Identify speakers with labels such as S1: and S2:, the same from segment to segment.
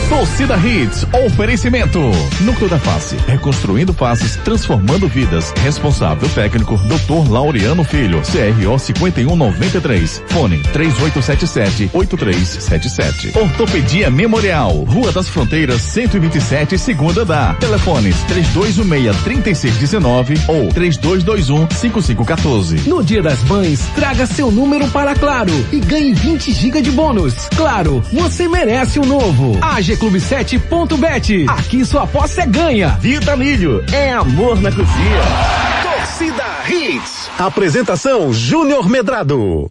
S1: Torcida Hits, oferecimento. Núcleo da Face, reconstruindo faces, transformando vidas. Responsável técnico, Dr. Laureano Filho, CRO 5193. Fone 3877-8377. Ortopedia Memorial, Rua das Fronteiras, 127, segundo andar. Telefones 3216-3619 ou 3221-5514.
S2: No Dia das Mães, traga seu número para Claro e ganhe 20 GB de bônus. Claro, você merece um novo. AGClub7.bet. Aqui sua aposta é ganha.
S1: Vita Milho, é amor na cozinha.
S3: Torcida Hits. Apresentação Júnior Medrado.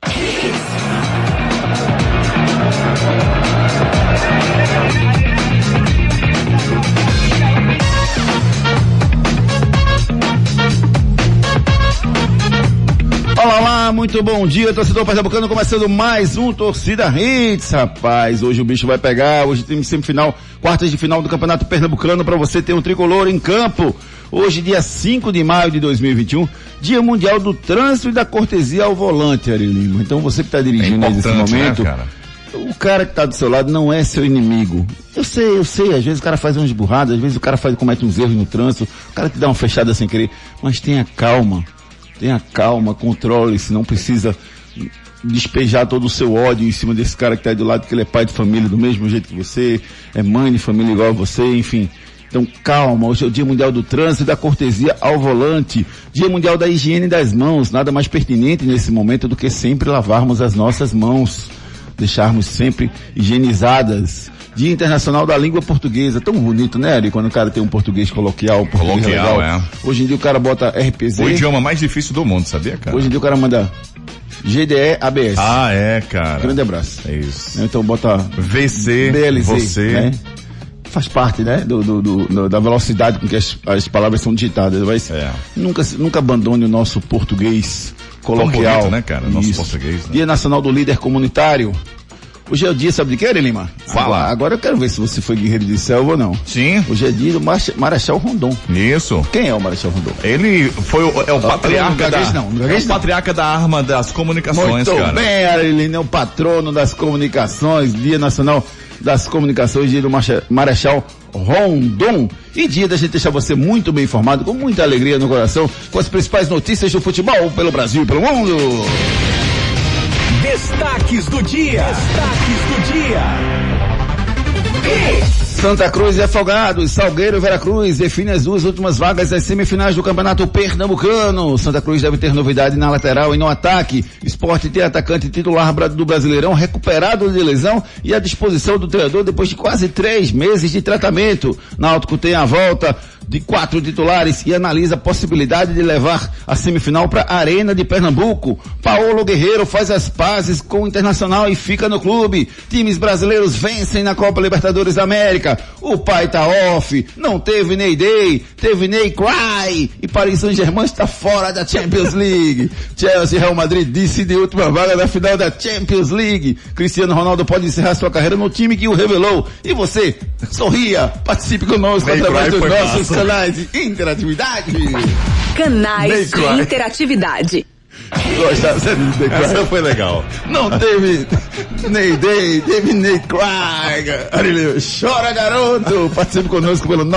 S4: Olá, muito bom dia, torcedor pernambucano, começando mais um Torcida Hits, rapaz, hoje o bicho vai pegar, hoje tem semifinal, quartas de final do Campeonato Pernambucano, para você ter um tricolor em campo, hoje dia 5 de maio de 2021, Dia Mundial do Trânsito e da Cortesia ao Volante, Ari Lima. Então você que está dirigindo aí nesse momento, né, cara? O cara que está do seu lado não é seu inimigo. Eu sei, às vezes o cara faz umas burradas, às vezes o cara comete uns erros no trânsito, o cara te dá uma fechada sem querer, mas tenha calma, controle-se, não precisa despejar todo o seu ódio em cima desse cara que está aí do lado, que ele é pai de família do mesmo jeito que você, é mãe de família igual a você, enfim. Então calma, hoje é o Dia Mundial do Trânsito e da Cortesia ao Volante, Dia Mundial da Higiene das Mãos, nada mais pertinente nesse momento do que sempre lavarmos as nossas mãos, deixarmos sempre higienizadas. Dia Internacional da Língua Portuguesa, tão bonito, né, Ari? Quando o cara tem um português coloquial, um português legal. É. Hoje em dia o cara bota RPZ.
S1: O idioma mais difícil do mundo, sabia, cara?
S4: Hoje em dia o cara manda GDE, ABS.
S1: Ah, é, cara.
S4: Grande abraço.
S1: É isso.
S4: Então bota
S1: VC,
S4: BLZ,
S1: você.
S4: Né? Faz parte, né, da velocidade com que as palavras são digitadas. Mas nunca abandone o nosso português coloquial.
S1: Bonito, né, cara? Nosso português. Né?
S4: Dia Nacional do Líder Comunitário. Hoje é o dia, sabe de que, Ari Lima?
S1: Fala.
S4: Agora eu quero ver se você foi guerreiro de selva ou não.
S1: Sim.
S4: Hoje é dia do Marechal Rondon.
S1: Isso.
S4: Quem é o Marechal Rondon?
S1: Ele foi o patriarca patriarca da arma das comunicações,
S4: muito
S1: cara.
S4: Muito bem, Ari Lima, é o patrono das comunicações, Dia Nacional das Comunicações, dia do Marechal Rondon. E dia da gente deixar você muito bem informado, com muita alegria no coração, com as principais notícias do futebol pelo Brasil e pelo mundo.
S3: Destaques do dia.
S4: Santa Cruz e Afogados, Salgueiro e Veracruz definem as duas últimas vagas das semifinais do Campeonato Pernambucano. Santa Cruz deve ter novidade na lateral e no ataque. Sport tem atacante titular do Brasileirão recuperado de lesão e à disposição do treinador depois de quase 3 meses de tratamento. Náutico tem a volta de 4 titulares e analisa a possibilidade de levar a semifinal para a Arena de Pernambuco. Paulo Guerreiro faz as pazes com o Internacional e fica no clube. Times brasileiros vencem na Copa Libertadores da América. O pai tá off, não teve Ney Day, teve Ney Cry e Paris Saint-Germain está fora da Champions League. Chelsea e Real Madrid decidem a última vaga da final da Champions League. Cristiano Ronaldo pode encerrar sua carreira no time que o revelou. E você, sorria, participe conosco através dos nossos canais de interatividade.
S5: Canais de interatividade.
S1: Essa foi legal.
S4: Não teve Ney Day, teve Ney Cry. Chora, garoto. Participe conosco pelo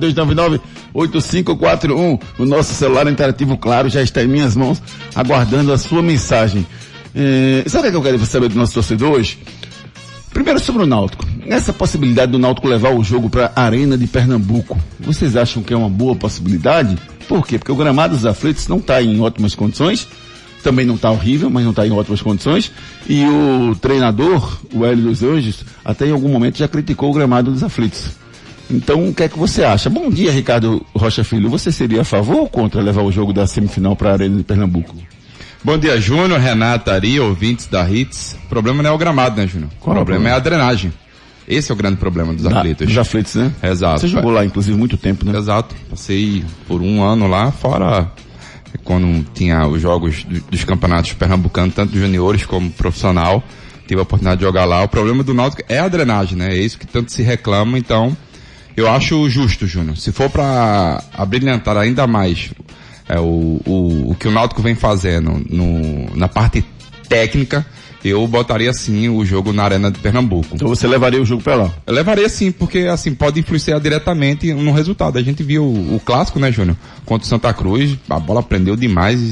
S4: 99299-8541. O nosso celular interativo, claro, já está em minhas mãos, aguardando a sua mensagem. Sabe o que eu quero saber do nosso torcedor hoje? Primeiro sobre o Náutico. Essa possibilidade do Náutico levar o jogo para a Arena de Pernambuco, vocês acham que é uma boa possibilidade? Por quê? Porque o gramado dos Aflitos não está em ótimas condições, também não está horrível, mas não está em ótimas condições, e o treinador, o Hélio dos Anjos, até em algum momento já criticou o gramado dos Aflitos. Então, o que é que você acha? Bom dia, Ricardo Rocha Filho. Você seria a favor ou contra levar o jogo da semifinal para a Arena de Pernambuco?
S6: Bom dia, Júnior, Renata, Ari, ouvintes da Hits. O problema não é o gramado, né, Júnior? O problema é a drenagem. Esse é o grande problema dos aflitos.
S4: Dos aflitos, né?
S6: Exato.
S4: Você jogou lá, inclusive, muito tempo, né?
S6: Exato. Passei por 1 ano lá, fora quando tinha os jogos dos campeonatos pernambucanos, tanto juniores como profissional. Tive a oportunidade de jogar lá. O problema do Náutico é a drenagem, né? É isso que tanto se reclama, então eu acho justo, Júnior. Se for para abrilhantar ainda mais o que o Náutico vem fazendo na parte técnica, eu botaria sim o jogo na Arena de Pernambuco.
S4: Então você levaria o jogo pra lá?
S6: Eu levaria sim, porque assim, pode influenciar diretamente no resultado. A gente viu o clássico, né, Júnior? Contra o Santa Cruz, a bola prendeu demais,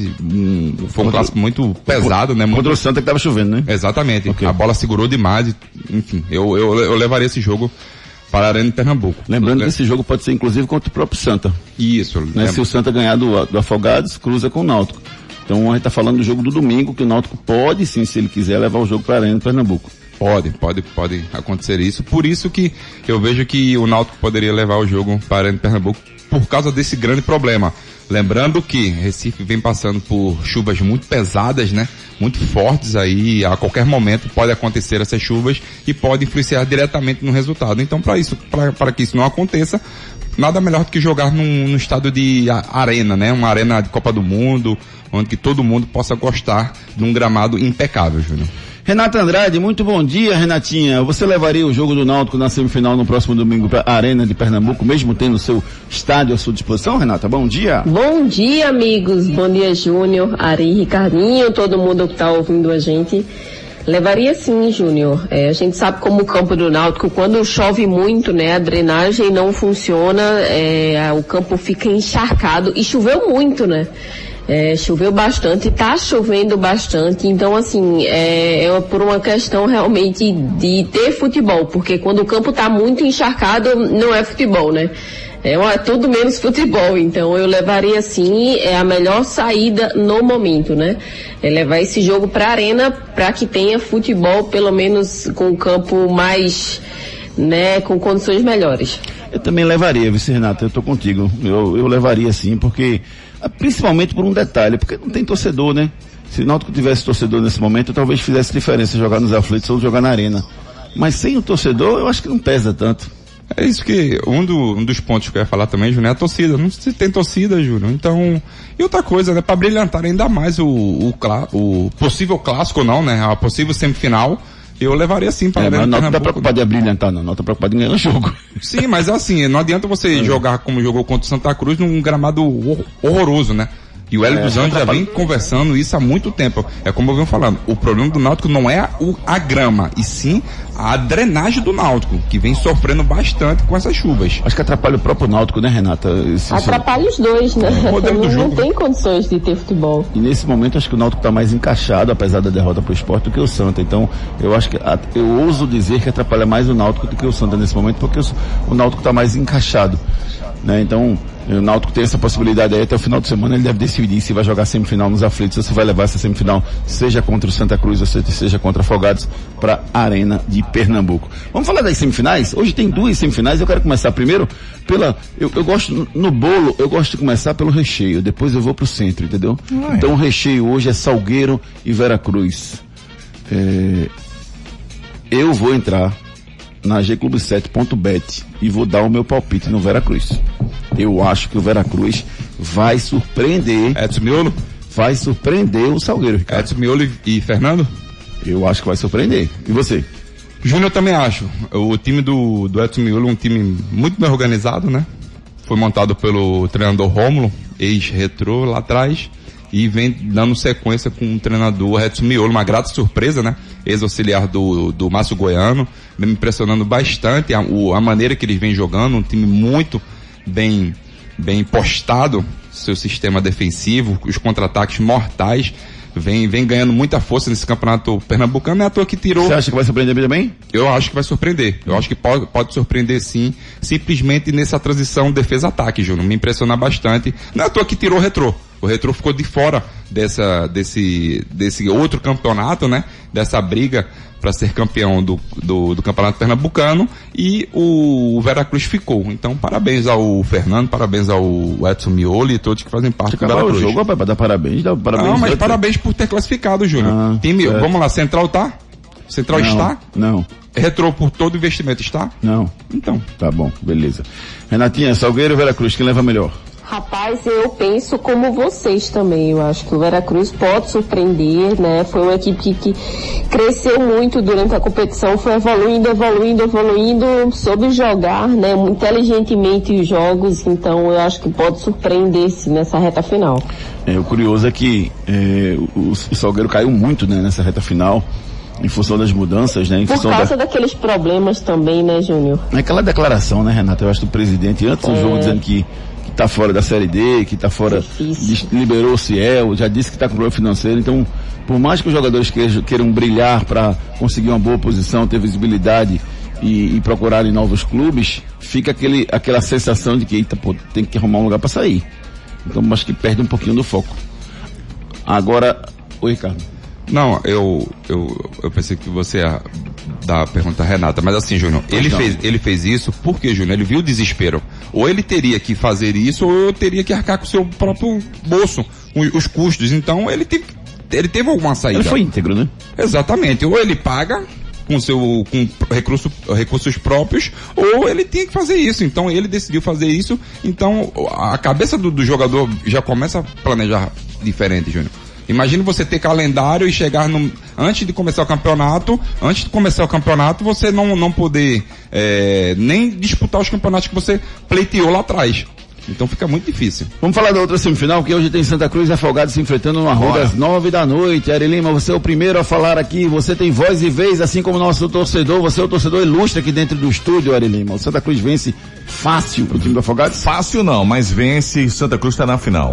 S6: foi um clássico muito pesado, né?
S4: Contra o Santa que tava chovendo, né?
S6: Exatamente,
S4: Okay.
S6: A bola segurou demais, enfim, eu levaria esse jogo para a Arena de Pernambuco.
S4: Lembrando que esse jogo pode ser inclusive contra o próprio Santa.
S6: Isso.
S4: Né? Se o Santa ganhar do Afogados, cruza com o Náutico. Então a gente tá falando do jogo do domingo, que o Náutico pode sim, se ele quiser, levar o jogo para a Arena de Pernambuco.
S6: Pode acontecer isso. Por isso que eu vejo que o Náutico poderia levar o jogo para a Arena de Pernambuco por causa desse grande problema. Lembrando que Recife vem passando por chuvas muito pesadas, né? Muito fortes aí, a qualquer momento pode acontecer essas chuvas e pode influenciar diretamente no resultado. Então, para que isso não aconteça, nada melhor do que jogar num estado de arena, né? Uma arena de Copa do Mundo, onde que todo mundo possa gostar de um gramado impecável, Júnior.
S4: Renata Andrade, muito bom dia, Renatinha. Você levaria o jogo do Náutico na semifinal no próximo domingo para a Arena de Pernambuco, mesmo tendo o seu estádio à sua disposição, Renata? Bom dia.
S7: Bom dia, amigos. Bom dia, Júnior, Ari, Ricardinho, todo mundo que está ouvindo a gente. Levaria sim, Júnior. A gente sabe como o campo do Náutico, quando chove muito, né, a drenagem não funciona, o campo fica encharcado e choveu muito, né? Choveu bastante, tá chovendo bastante, então assim, é por uma questão realmente de ter futebol, porque quando o campo tá muito encharcado, não é futebol, né? É tudo menos futebol, então eu levaria sim, a melhor saída no momento, né? Levar esse jogo pra arena, pra que tenha futebol, pelo menos com o campo mais, né, com condições melhores.
S4: Eu também levaria, vice Renata, eu tô contigo, eu levaria sim, porque principalmente por um detalhe, porque não tem torcedor, né? Se o Náutico tivesse torcedor nesse momento, talvez fizesse diferença jogar nos aflitos ou jogar na arena. Mas sem o torcedor, eu acho que não pesa tanto.
S6: É isso que, um dos pontos que eu ia falar também, Júnior, é a torcida. Não se tem torcida, Júnior. Então, e outra coisa, né? Pra brilhantar ainda mais o possível clássico, não, né? A possível semifinal, eu levaria sim para
S4: mas não tá preocupado em brilhantar, não tá preocupado em ganhar o jogo.
S6: Sim, mas assim, não adianta você jogar como jogou contra o Santa Cruz num gramado horroroso, né? E o Hélio dos Anjos já vem conversando isso há muito tempo. É como eu venho falando, o problema do Náutico não é a grama, e sim a drenagem do Náutico, que vem sofrendo bastante com essas chuvas.
S4: Acho que atrapalha o próprio Náutico, né, Renata?
S7: Atrapalha os dois, né? Não tem condições de ter futebol.
S4: E nesse momento acho que o Náutico está mais encaixado, apesar da derrota pro Sport, do que o Santa. Então, eu acho que, eu ouso dizer que atrapalha mais o Náutico do que o Santa nesse momento, porque o Náutico está mais encaixado, né? Então, o Náutico tem essa possibilidade aí até o final de semana, ele deve decidir se vai jogar semifinal nos aflitos ou se vai levar essa semifinal, seja contra o Santa Cruz ou seja contra Afogados, para a Arena de Pernambuco. Vamos falar das semifinais? Hoje tem 2 semifinais, eu quero começar primeiro eu gosto, no bolo, eu gosto de começar pelo recheio, depois eu vou pro centro, entendeu? Então o recheio hoje é Salgueiro e Veracruz. Eu vou entrar na gclub7.bet e vou dar o meu palpite no Veracruz. Eu acho que o Veracruz vai surpreender.
S6: Edson Miolo?
S4: Vai surpreender o Salgueiro, Ricardo.
S6: Edson Miolo e Fernando?
S4: Eu acho que vai surpreender. E você?
S6: Júnior, eu também acho. O time do Edson Miolo é um time muito bem organizado, né? Foi montado pelo treinador Rômulo, ex-retrô lá atrás, e vem dando sequência com o treinador Edson Miolo, uma grata surpresa, né? Ex-auxiliar do Márcio Goiano, me impressionando bastante a maneira que eles vêm jogando, um time muito bem postado, seu sistema defensivo, os contra-ataques mortais, vem ganhando muita força nesse campeonato pernambucano, não é à toa que tirou.
S4: Você acha que vai surpreender também?
S6: Eu acho que vai surpreender. Eu acho que pode surpreender sim, simplesmente nessa transição defesa-ataque, Júnior. Me impressiona bastante. Não é à toa que tirou o Retrô. O Retrô ficou de fora desse outro campeonato, né? Dessa briga para ser campeão do campeonato pernambucano, e o Veracruz ficou. Então, parabéns ao Fernando, parabéns ao Edson Miolo e todos que fazem parte do Veracruz.
S4: O jogo, para dar parabéns,
S6: Não, mas parabéns por ter classificado, Júnior. Time, vamos lá, Central tá? Central está?
S4: Não.
S6: Retrô por todo investimento está?
S4: Não.
S6: Então.
S4: Tá bom, beleza. Renatinha, Salgueiro ou Veracruz, quem leva melhor?
S7: Rapaz, eu penso como vocês também. Eu acho que o Veracruz pode surpreender, né? Foi uma equipe que cresceu muito durante a competição, foi evoluindo, soube jogar, né? Inteligentemente os jogos, então eu acho que pode surpreender-se nessa reta final.
S4: O curioso é que o Salgueiro caiu muito, né, nessa reta final. em função das mudanças, né?
S7: Por causa daqueles problemas também, né, Júnior?
S4: Aquela declaração, né, Renata? Eu acho do presidente antes do jogo dizendo que tá fora da Série D, que tá fora, liberou o Ciel, já disse que tá com problema financeiro. Então, por mais que os jogadores queiram brilhar para conseguir uma boa posição, ter visibilidade e procurarem novos clubes, fica aquela sensação de que, eita, pô, tem que arrumar um lugar para sair. Então, acho que perde um pouquinho do foco. Agora, oi, Ricardo.
S6: Não, eu pensei que você ia dar a pergunta a Renata, mas assim, Júnior, ele fez isso porque, Júnior, ele viu o desespero. Ou ele teria que fazer isso, ou eu teria que arcar com o seu próprio bolso, os custos. Então, ele teve alguma saída.
S4: Ele foi íntegro, né?
S6: Exatamente. Ou ele paga com recursos próprios, ou ele tinha que fazer isso. Então, ele decidiu fazer isso. Então, a cabeça do jogador já começa a planejar diferente, Júnior. Imagina você ter calendário e chegar antes de começar o campeonato, você não poder nem disputar os campeonatos que você pleiteou lá atrás. Então fica muito difícil.
S4: Vamos falar da outra semifinal, que hoje tem Santa Cruz e Afogados se enfrentando no Arruda às 9 da noite. Ari Lima, você é o primeiro a falar aqui, você tem voz e vez, assim como o nosso torcedor, você é o torcedor ilustre aqui dentro do estúdio, Ari Lima. O Santa Cruz vence fácil pro time do Afogados?
S1: Fácil não, mas vence e Santa Cruz está na final.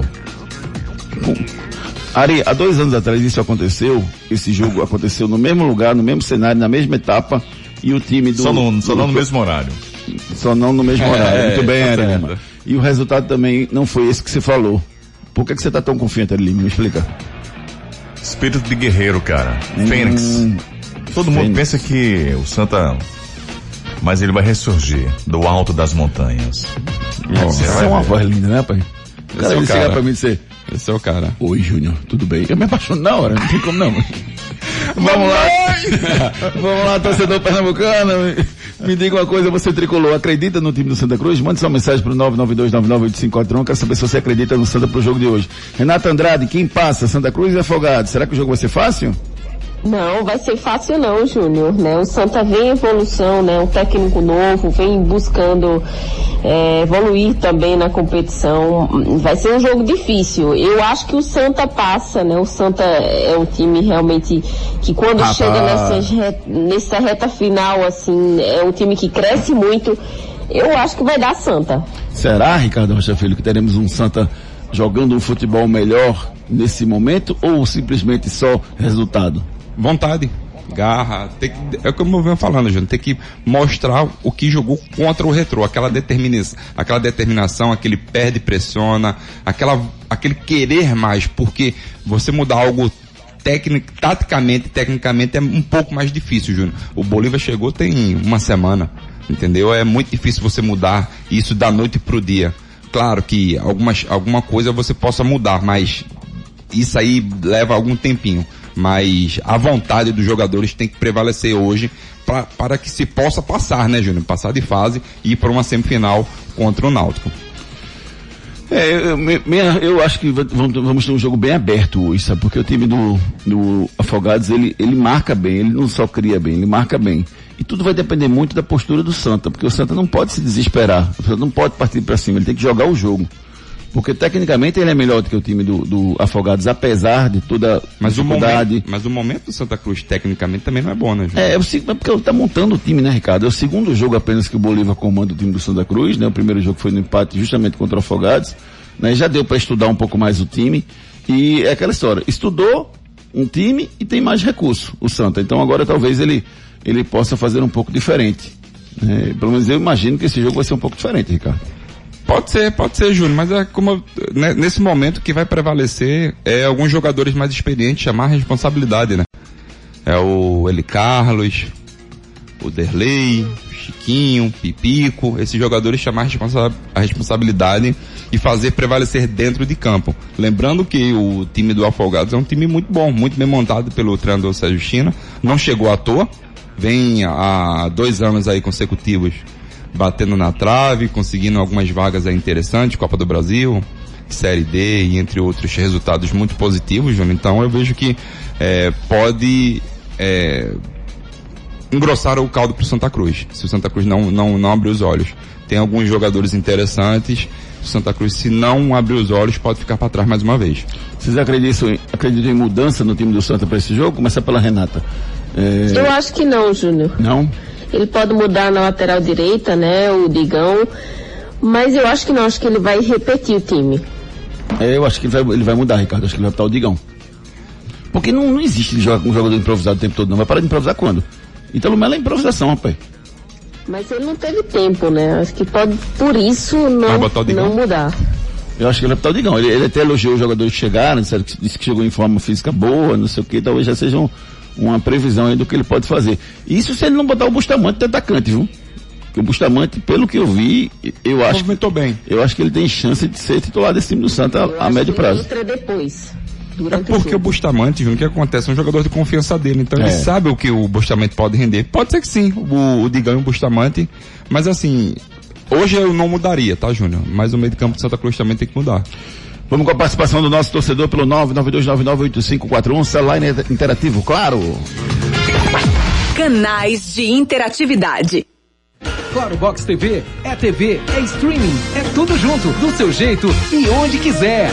S4: Ari, há 2 anos atrás isso aconteceu, esse jogo aconteceu no mesmo lugar, no mesmo cenário, na mesma etapa, e o time do...
S1: Só não no mesmo horário.
S4: Só não no mesmo horário, muito bem, Ari Lima. E o resultado também não foi esse que você falou. Por que você tá tão confiante, Ari Lima? Me explica.
S1: Espírito de guerreiro, cara. Fênix. Todo mundo pensa que o Santa... Mas ele vai ressurgir do alto das montanhas.
S4: Nossa, é uma voz linda, né, pai? O cara vai chegar pra mim e dizer...
S6: Esse é o cara.
S4: Oi, Júnior, tudo bem? Eu me apaixono na hora, não tem como não. Vamos lá. Vamos lá, torcedor pernambucano. Me diga uma coisa, você tricolor, acredita no time do Santa Cruz? Mande sua mensagem pro 992998541. Quero saber se você acredita no Santa pro jogo de hoje. Renata Andrade, quem passa? Santa Cruz e Afogados. Será que o jogo vai ser fácil?
S7: Não, vai ser fácil não, Júnior, né? O Santa vem em evolução, né? Um técnico novo, vem buscando evoluir também na competição. Vai ser um jogo difícil. Eu acho que o Santa passa, né? O Santa é um time realmente que quando chega nessa reta final, assim, é um time que cresce muito. Eu acho que vai dar Santa.
S4: Será, Ricardo Rocha Filho, que teremos um Santa jogando um futebol melhor nesse momento ou simplesmente só resultado?
S6: Vontade, garra, é como eu venho falando, Júnior, tem que mostrar o que jogou contra o Retrô, aquela determinação, aquele perde e pressiona, aquele querer mais, porque você mudar algo tecnicamente é um pouco mais difícil, Júnior. O Bolívar chegou tem uma semana, entendeu? É muito difícil você mudar isso da noite pro dia. Claro que alguma coisa você possa mudar, mas isso aí leva algum tempinho. Mas a vontade dos jogadores tem que prevalecer hoje para que se possa passar, né, Júnior? Passar de fase e ir para uma semifinal contra o Náutico.
S4: Eu acho que vamos ter um jogo bem aberto hoje, sabe? Porque o time do Afogados, ele marca bem, ele não só cria bem, ele marca bem. E tudo vai depender muito da postura do Santa, porque o Santa não pode se desesperar, o Santa não pode partir para cima, ele tem que jogar o jogo. Porque tecnicamente ele é melhor do que o time do Afogados, apesar de toda a dificuldade.
S6: Mas o momento do Santa Cruz tecnicamente também não é bom, né, Júnior?
S4: É porque ele tá montando o time, né, Ricardo? É o segundo jogo apenas que o Bolívar comanda o time do Santa Cruz, né? O primeiro jogo foi no empate justamente contra o Afogados, né? Já deu para estudar um pouco mais o time. E é aquela história, estudou um time e tem mais recurso, o Santa. Então agora talvez ele possa fazer um pouco diferente. Pelo menos eu imagino que esse jogo vai ser um pouco diferente, Ricardo.
S6: Pode ser, Júnior, mas é como nesse momento que vai prevalecer alguns jogadores mais experientes chamar a responsabilidade, né? É o Eli Carlos, o Derlei, o Chiquinho, Pipico, esses jogadores chamar a responsabilidade e fazer prevalecer dentro de campo. Lembrando que o time do Afogados é um time muito bom, muito bem montado pelo treinador Sérgio China, não chegou à toa, vem há 2 anos aí consecutivos batendo na trave, conseguindo algumas vagas aí interessantes, Copa do Brasil, Série D e entre outros resultados muito positivos, Júnior. Então eu vejo que pode engrossar o caldo para o Santa Cruz, se o Santa Cruz não abrir os olhos. Tem alguns jogadores interessantes, o Santa Cruz, se não abrir os olhos, pode ficar para trás mais uma vez.
S4: Vocês acreditam em mudança no time do Santa para esse jogo? Começar pela Renata.
S7: Eu acho que não, Júnior.
S4: Não?
S7: Ele pode mudar na lateral direita, né, o Digão, mas eu acho que não, acho que ele vai repetir o time.
S4: Eu acho que ele vai mudar, Ricardo, acho que ele vai botar o Digão. Porque não existe um jogador improvisado o tempo todo, não. Vai parar de improvisar quando? Então o Melo é improvisação, rapaz.
S7: Mas ele não teve tempo, né? Acho que pode, por isso, não mudar.
S4: Eu acho que ele vai botar o Digão. Ele até elogiou os jogadores que chegaram, disse que chegou em forma física boa, não sei o que, talvez já seja uma previsão aí do que ele pode fazer. Isso se ele não botar o Bustamante de atacante, viu? Porque o Bustamante, pelo que eu vi, eu acho que ele tem chance de ser titular desse time do Santa a médio prazo.
S7: Entra depois.
S6: Porque o Bustamante, Júnior, o que acontece? É um jogador de confiança dele, então ele sabe o que o Bustamante pode render. Pode ser que sim, o Digão e o Bustamante, mas assim, hoje eu não mudaria, tá, Júnior? Mas o meio de campo de Santa Cruz também tem que mudar.
S4: Vamos com a participação do nosso torcedor pelo 992998541, celular interativo, claro.
S5: Canais de interatividade.
S2: Claro Box TV, é streaming, é tudo junto, do seu jeito e onde quiser.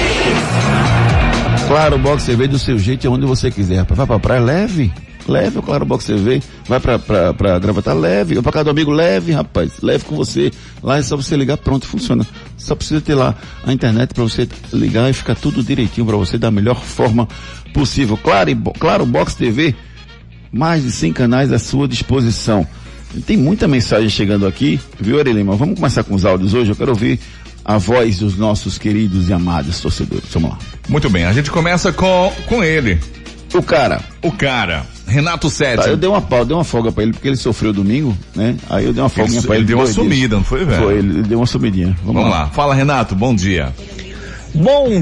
S4: Claro Box TV do seu jeito e onde você quiser. Vai pra praia, leve o Claro Box TV. Vai pra Gravatar, leve. Ou pra casa do amigo, leve, rapaz. Leve com você. Lá é só você ligar, pronto, funciona. Só precisa ter lá a internet pra você ligar e ficar tudo direitinho pra você da melhor forma possível. Claro Box TV, mais de 100 canais à sua disposição. Tem muita mensagem chegando aqui, viu, Arelima? Vamos começar com os áudios hoje. Eu quero ouvir a voz dos nossos queridos e amados torcedores. Vamos lá.
S1: Muito bem, a gente começa com ele.
S4: O cara,
S1: Renato Sete.
S4: Tá, eu dei uma folga pra ele, porque ele sofreu domingo, né? Aí eu dei uma folga pra ele.
S1: Ele deu uma sumida, não foi, velho?
S4: Foi, ele deu uma sumidinha.
S1: Vamos lá. Fala, Renato, bom dia.
S8: Bom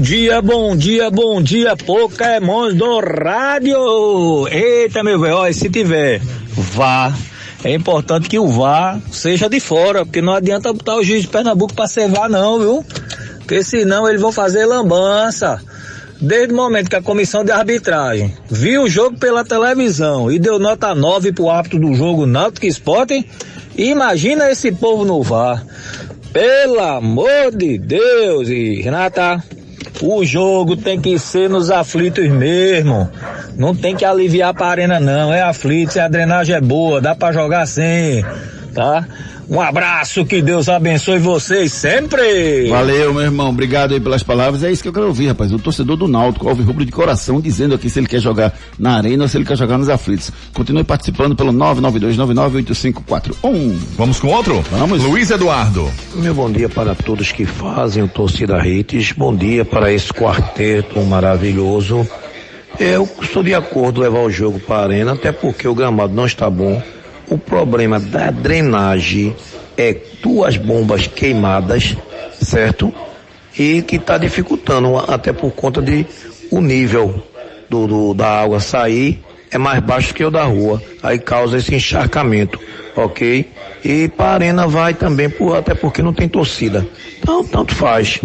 S8: dia, Pokémon do rádio. Eita, meu velho, se tiver VAR, é importante que o VAR seja de fora, porque não adianta botar o juiz de Pernambuco pra ser VAR não, viu? Porque senão eles vão fazer lambança. Desde o momento que a comissão de arbitragem viu o jogo pela televisão e deu nota 9 pro árbitro do jogo Náutico Sport, imagina esse povo no VAR. Pelo amor de Deus, e Renata, o jogo tem que ser nos aflitos mesmo. Não tem que aliviar pra arena não, é aflito, se a drenagem é boa, dá pra jogar assim, tá? Um abraço, que Deus abençoe vocês sempre.
S4: Valeu, meu irmão, obrigado aí pelas palavras. É isso que eu quero ouvir, rapaz. O torcedor do Náutico, alvirrubro de coração, dizendo aqui se ele quer jogar na arena ou se ele quer jogar nos aflitos. Continue participando pelo 992998541.
S1: Vamos com outro?
S4: Vamos.
S1: Luiz Eduardo.
S9: Meu bom dia para todos que fazem o Torcida Hits. Bom dia para esse quarteto maravilhoso. Eu estou de acordo em levar o jogo para a arena, até porque o gramado não está bom. O problema da drenagem é 2 bombas queimadas, certo? E que está dificultando, até por conta de o nível da água sair é mais baixo que o da rua. Aí causa esse encharcamento, ok? E para a arena vai também, até porque não tem torcida. Então, tanto faz.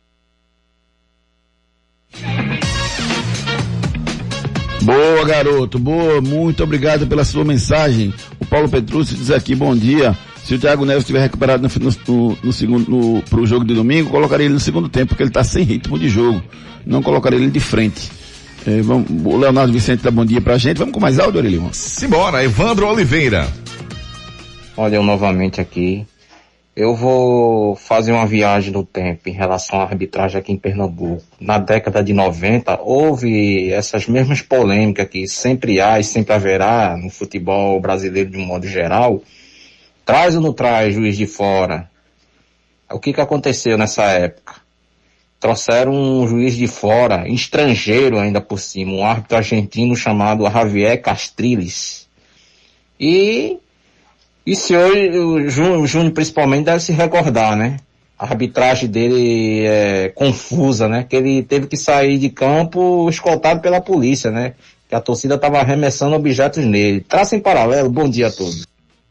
S4: Boa, garoto, boa, muito obrigado pela sua mensagem. O Paulo Petrucci diz aqui, bom dia. Se o Thiago Neves estiver recuperado pro jogo de domingo, colocaria ele no segundo tempo, porque ele está sem ritmo de jogo. Não colocaria ele de frente. O Leonardo Vicente dá bom dia pra gente. Vamos com mais áudio, Aurelio?
S1: Simbora, Evandro Oliveira.
S10: Olha, eu novamente aqui. Eu vou fazer uma viagem no tempo em relação à arbitragem aqui em Pernambuco. Na década de 90, houve essas mesmas polêmicas que sempre há e sempre haverá no futebol brasileiro de um modo geral. Traz ou não traz juiz de fora? O que aconteceu nessa época? Trouxeram um juiz de fora, estrangeiro ainda por cima, um árbitro argentino chamado Javier Castriles. E se hoje, o Júnior principalmente deve se recordar, né? A arbitragem dele é confusa, né? Que ele teve que sair de campo escoltado pela polícia, né? Que a torcida estava arremessando objetos nele. Traça em paralelo, bom dia a todos.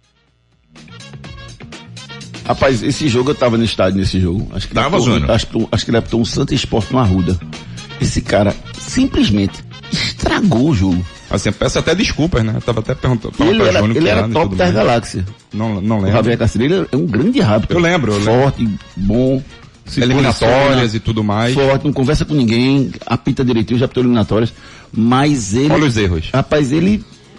S4: Rapaz, esse jogo eu tava no estádio nesse jogo. Acho que
S1: Júnior?
S4: Acho que ele apitou um Santa Esporte no Arruda. Esse cara simplesmente estragou o jogo.
S6: Assim, peço até desculpas, né? Eu tava até perguntando pra
S4: Júnior. Ele era top da galáxia.
S6: Não lembro.
S4: O Javier Castriles é um grande árbitro.
S6: Eu lembro.
S4: Forte, bom.
S6: Eliminatórias e tudo mais.
S4: Forte, não conversa com ninguém, apita direitinho, já apitou eliminatórias. Mas ele...
S6: Olha os erros.
S4: Rapaz, ele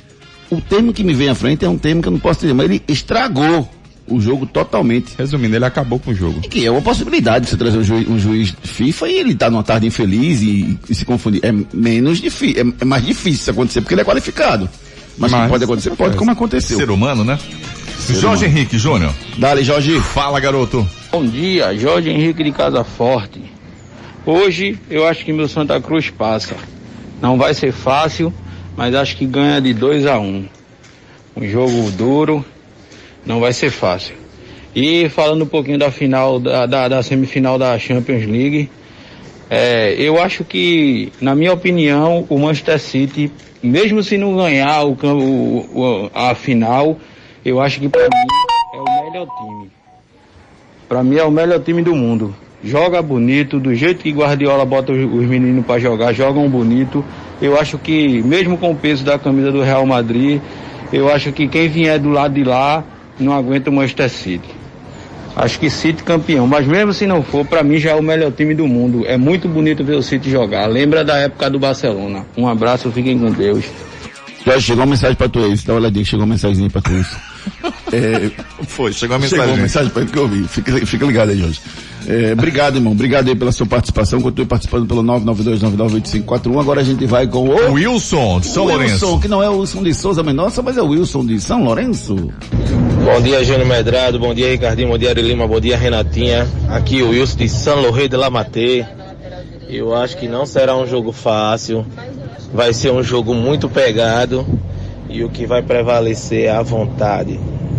S4: o termo que me vem à frente é um termo que eu não posso dizer, mas ele estragou o jogo totalmente.
S6: Resumindo, ele acabou com o jogo.
S4: E que é uma possibilidade de você trazer um juiz FIFA e ele tá numa tarde infeliz e se confundir. É menos difícil, é mais difícil isso acontecer porque ele é qualificado. Mas que pode acontecer? Pode, como aconteceu.
S1: Ser humano, né? Jorge Henrique Júnior.
S4: Dale, Jorge.
S1: Fala, garoto.
S8: Bom dia, Jorge Henrique de Casa Forte. Hoje eu acho que meu Santa Cruz passa. Não vai ser fácil, mas acho que ganha de 2-1. Um jogo duro, não vai ser fácil. E falando um pouquinho da final, da semifinal da Champions League, eu acho que, na minha opinião, o Manchester City, mesmo se não ganhar a final, eu acho que para mim é o melhor time. Para mim é o melhor time do mundo. Joga bonito, do jeito que Guardiola bota os meninos para jogar, jogam bonito. Eu acho que, mesmo com o peso da camisa do Real Madrid, eu acho que quem vier do lado de lá não aguenta o Manchester City. Acho que City campeão, mas mesmo se não for, para mim já é o melhor time do mundo. É muito bonito ver o City jogar. Lembra da época do Barcelona. Um abraço, fiquem com Deus.
S4: Jorge, chegou uma mensagem pra tu aí, você dá uma olhadinha, chegou uma mensagem pra tu isso.
S1: Chegou a mensagem.
S4: Chegou uma mensagem pra ele que eu ouvi, fica ligado aí, Jorge. Obrigado, irmão, obrigado aí pela sua participação, continue participando pelo 992998541, agora a gente vai com o
S1: Wilson de São Lourenço.
S4: Wilson, que não é o Wilson de Souza Mendonça, mas é o Wilson de São Lourenço.
S11: Bom dia, Júnior Medrado, bom dia, Ricardinho, bom dia, Ari Lima, bom dia, Renatinha, aqui o Wilson de São Lourenço de Lamatê. Eu acho que não será um jogo fácil, vai ser um jogo muito pegado e o que vai prevalecer é a vontade.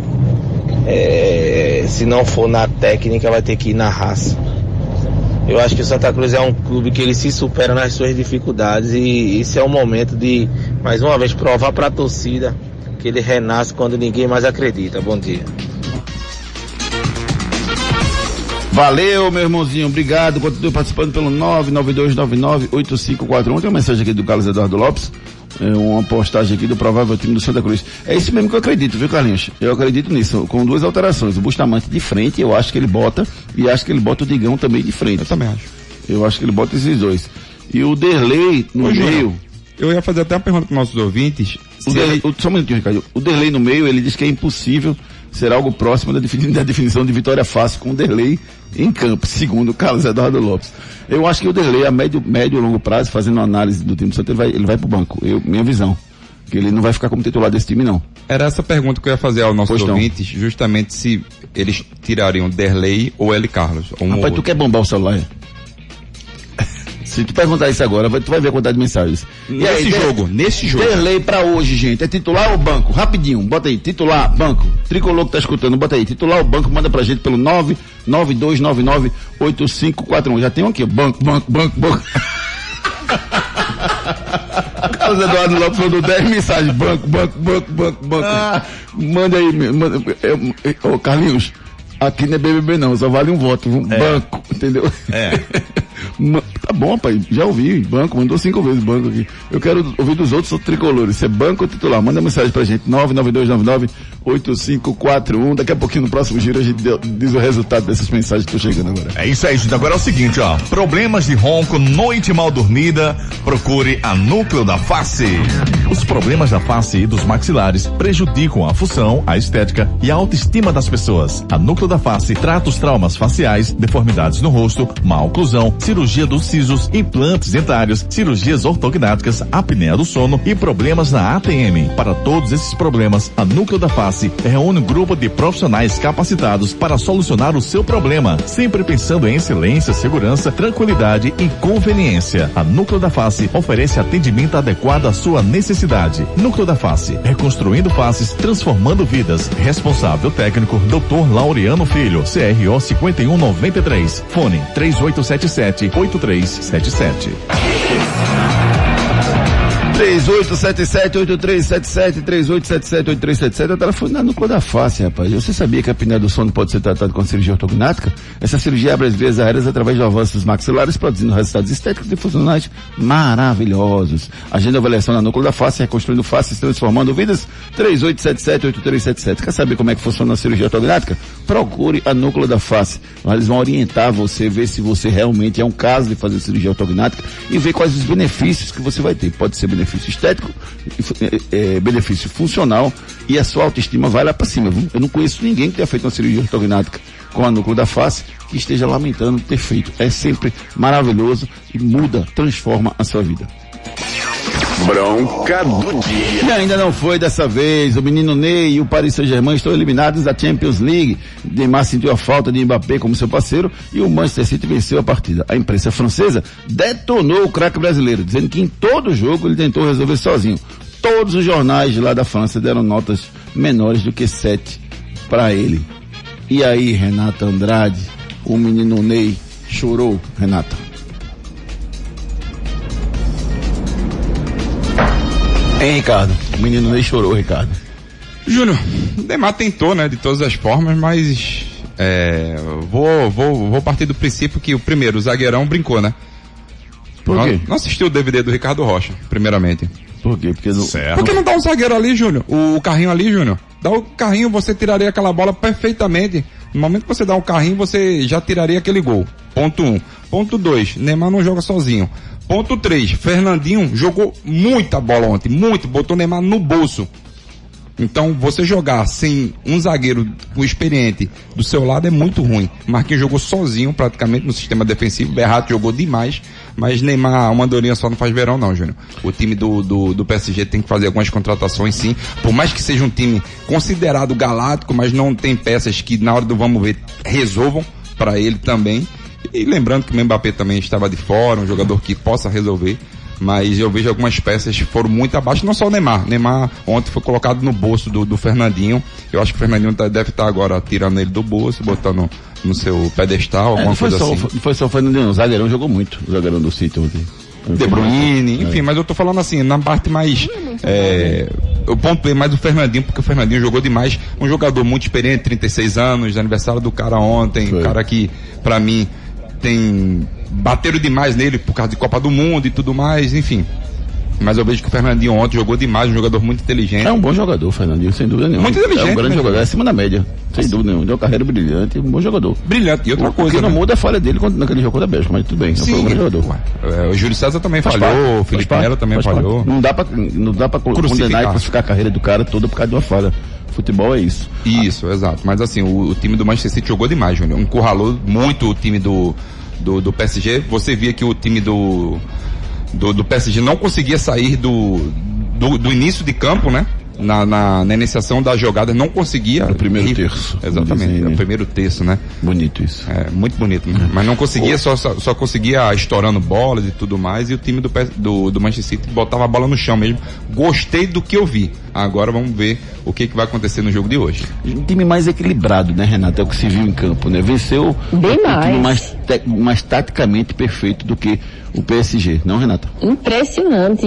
S11: Se não for na técnica, vai ter que ir na raça. Eu acho que o Santa Cruz é um clube que ele se supera nas suas dificuldades e esse é o momento de, mais uma vez, provar para a torcida que ele renasce quando ninguém mais acredita. Bom dia.
S4: Valeu, meu irmãozinho, obrigado. Continue participando pelo 992998541. Tem uma mensagem aqui do Carlos Eduardo Lopes, uma postagem aqui do provável time do Santa Cruz. É isso mesmo que eu acredito, viu, Carlinhos? Eu acredito nisso, com duas alterações. O Bustamante de frente, eu acho que ele bota, e acho que ele bota o Digão também de frente.
S6: Eu também acho.
S4: Eu acho que ele bota esses dois. E o Derlei no meio...
S6: Eu ia fazer até uma pergunta para os nossos ouvintes.
S4: Só um minutinho, Ricardo. O Derlei no meio, ele diz que é impossível ser algo próximo da definição de vitória fácil com o Derlei em campo, segundo o Carlos Eduardo Lopes. Eu acho que o Derlei, a médio e longo prazo, fazendo uma análise do time do Santa, ele vai pro banco. Minha visão. Que ele não vai ficar como titular desse time, não.
S6: Era essa pergunta que eu ia fazer aos nossos ouvintes, justamente se eles tirariam Derlei ou L. Carlos.
S4: Rapaz, tu quer bombar o celular? Se tu perguntar isso agora, tu vai ver a quantidade de mensagens.
S6: Nesse jogo.
S4: Derlei pra hoje, gente, é titular ou banco? Rapidinho, bota aí, titular, banco. Tricolor que tá escutando, bota aí, titular ou banco, manda pra gente pelo 992998541. Já tem um aqui, banco. Carlos Eduardo Lopes mandou 10 mensagens, banco. Manda aí, Carlinhos, aqui não é BBB não, só vale um voto, banco, entendeu? Tá bom, pai, já ouvi, banco, mandou 5 vezes banco aqui. Eu quero ouvir dos outros tricolores, se é banco ou titular, manda mensagem pra gente, 992998541, daqui a pouquinho no próximo giro a gente diz o resultado dessas mensagens que estão chegando agora.
S1: É isso aí, gente, agora é o seguinte, ó, problemas de ronco, noite mal dormida, procure a Núcleo da Face. Os problemas da face e dos maxilares prejudicam a função, a estética e a autoestima das pessoas. A Núcleo da Face trata os traumas faciais, deformidades no rosto, má oclusão, cirurgia dos sisos, implantes dentários, cirurgias ortognáticas, apneia do sono e problemas na ATM. Para todos esses problemas, a Núcleo da Face reúne um grupo de profissionais capacitados para solucionar o seu problema, sempre pensando em excelência, segurança, tranquilidade e conveniência. A Núcleo da Face oferece atendimento adequado à sua necessidade. Núcleo da Face, reconstruindo faces, transformando vidas. Responsável técnico, Dr. Laureano Filho, CRO 5193. Fone 3877-8377.
S4: 3877-8377, 3877-8377, é o telefone da Núcleo da Face, rapaz. Você sabia que a apneia do sono pode ser tratada com a cirurgia ortognática? Essa cirurgia abre as vias aéreas através do avanço dos maxilares, produzindo resultados estéticos e funcionais maravilhosos. Agenda avaliação na Núcleo da Face, reconstruindo faces, transformando vidas, 3877-8377. Quer saber como é que funciona a cirurgia ortognática? Procure a Núcleo da Face. Lá eles vão orientar você, ver se você realmente é um caso de fazer cirurgia ortognática e ver quais os benefícios que você vai ter. Pode ser benefício benefício estético, benefício funcional, e a sua autoestima vai lá para cima, viu? Eu não conheço ninguém que tenha feito uma cirurgia ortognática com a núcleo da face que esteja lamentando ter feito. É sempre maravilhoso e muda, transforma a sua vida.
S3: Bronca do dia.
S4: E ainda não foi dessa vez. O menino Ney e o Paris Saint-Germain estão eliminados da Champions League. Neymar sentiu a falta de Mbappé como seu parceiro e o Manchester City venceu a partida. A imprensa francesa detonou o craque brasileiro, dizendo que em todo jogo ele tentou resolver sozinho. Todos os jornais de lá da França deram notas menores do que 7 para ele. E aí, Renata Andrade, o menino Ney chorou, Renata? Hein, Ricardo? O menino Ney chorou, Ricardo.
S6: Júnior, o Neymar tentou, né, de todas as formas, mas vou partir do princípio que o zagueirão brincou, né?
S4: Por quê?
S6: Não assistiu o DVD do Ricardo Rocha, primeiramente.
S4: Por quê?
S6: Porque não dá um zagueiro ali, Júnior? O carrinho ali, Júnior? Dá o carrinho, você tiraria aquela bola perfeitamente. No momento que você dá um carrinho, você já tiraria aquele gol. Ponto 1. Ponto 2, Neymar não joga sozinho. Ponto 3, Fernandinho jogou muita bola ontem, botou o Neymar no bolso. Então, você jogar sem um zagueiro experiente do seu lado é muito ruim. Marquinhos jogou sozinho praticamente no sistema defensivo, Verratti jogou demais, mas Neymar, uma andorinha só não faz verão não, Júnior. O time do PSG tem que fazer algumas contratações sim, por mais que seja um time considerado galáctico, mas não tem peças que na hora do vamos ver resolvam para ele também. E lembrando que o Mbappé também estava de fora, um jogador que possa resolver, mas eu vejo algumas peças que foram muito abaixo, não só o Neymar. Neymar ontem foi colocado no bolso do Fernandinho. Eu acho que o Fernandinho deve estar agora tirando ele do bolso, botando no seu pedestal, alguma coisa assim. Não
S4: foi só o Fernandinho, o zagueirão jogou muito, o zagueirão do City ontem.
S6: De Bruyne, enfim, mas eu tô falando assim, na parte mais, eu pontuei mais o Fernandinho, porque o Fernandinho jogou demais, um jogador muito experiente, 36 anos, aniversário do cara ontem, um cara que, pra mim, bateram demais nele por causa de Copa do Mundo e tudo mais, enfim. Mas eu vejo que o Fernandinho ontem jogou demais, um jogador muito inteligente.
S4: É um bom jogador, o Fernandinho, sem dúvida nenhuma.
S6: Muito inteligente.
S4: É um grande jogador, é acima da média. Sem dúvida nenhuma. Deu uma carreira brilhante, um bom jogador.
S6: Brilhante. E outra coisa.
S4: O que não muda a falha dele naquele jogo da Bélgica, mas tudo bem.
S6: Sim.
S4: Foi um grande jogador.
S6: O Júlio César também falhou, o Felipe Melo também falhou.
S4: Não dá pra condenar e crucificar a carreira do cara toda por causa de uma falha. Futebol é isso.
S6: Isso, exato. Mas assim, o time do Manchester City jogou demais, Júnior. Encurralou muito o time do PSG. Você via que o time do PSG não conseguia sair do início de campo, né? Na iniciação da jogada, não conseguia.
S4: O primeiro terço.
S6: Exatamente, o primeiro terço, né?
S4: Bonito isso.
S6: É, muito bonito, né? Mas não conseguia, só conseguia estourando bolas e tudo mais, e o time do Manchester City botava a bola no chão mesmo. Gostei do que eu vi. Agora vamos ver o que vai acontecer no jogo de hoje.
S4: Um time mais equilibrado, né, Renato? É o que se viu em campo, né? Venceu
S7: bem
S4: time mais taticamente perfeito do que o PSG, não, Renata?
S7: Impressionante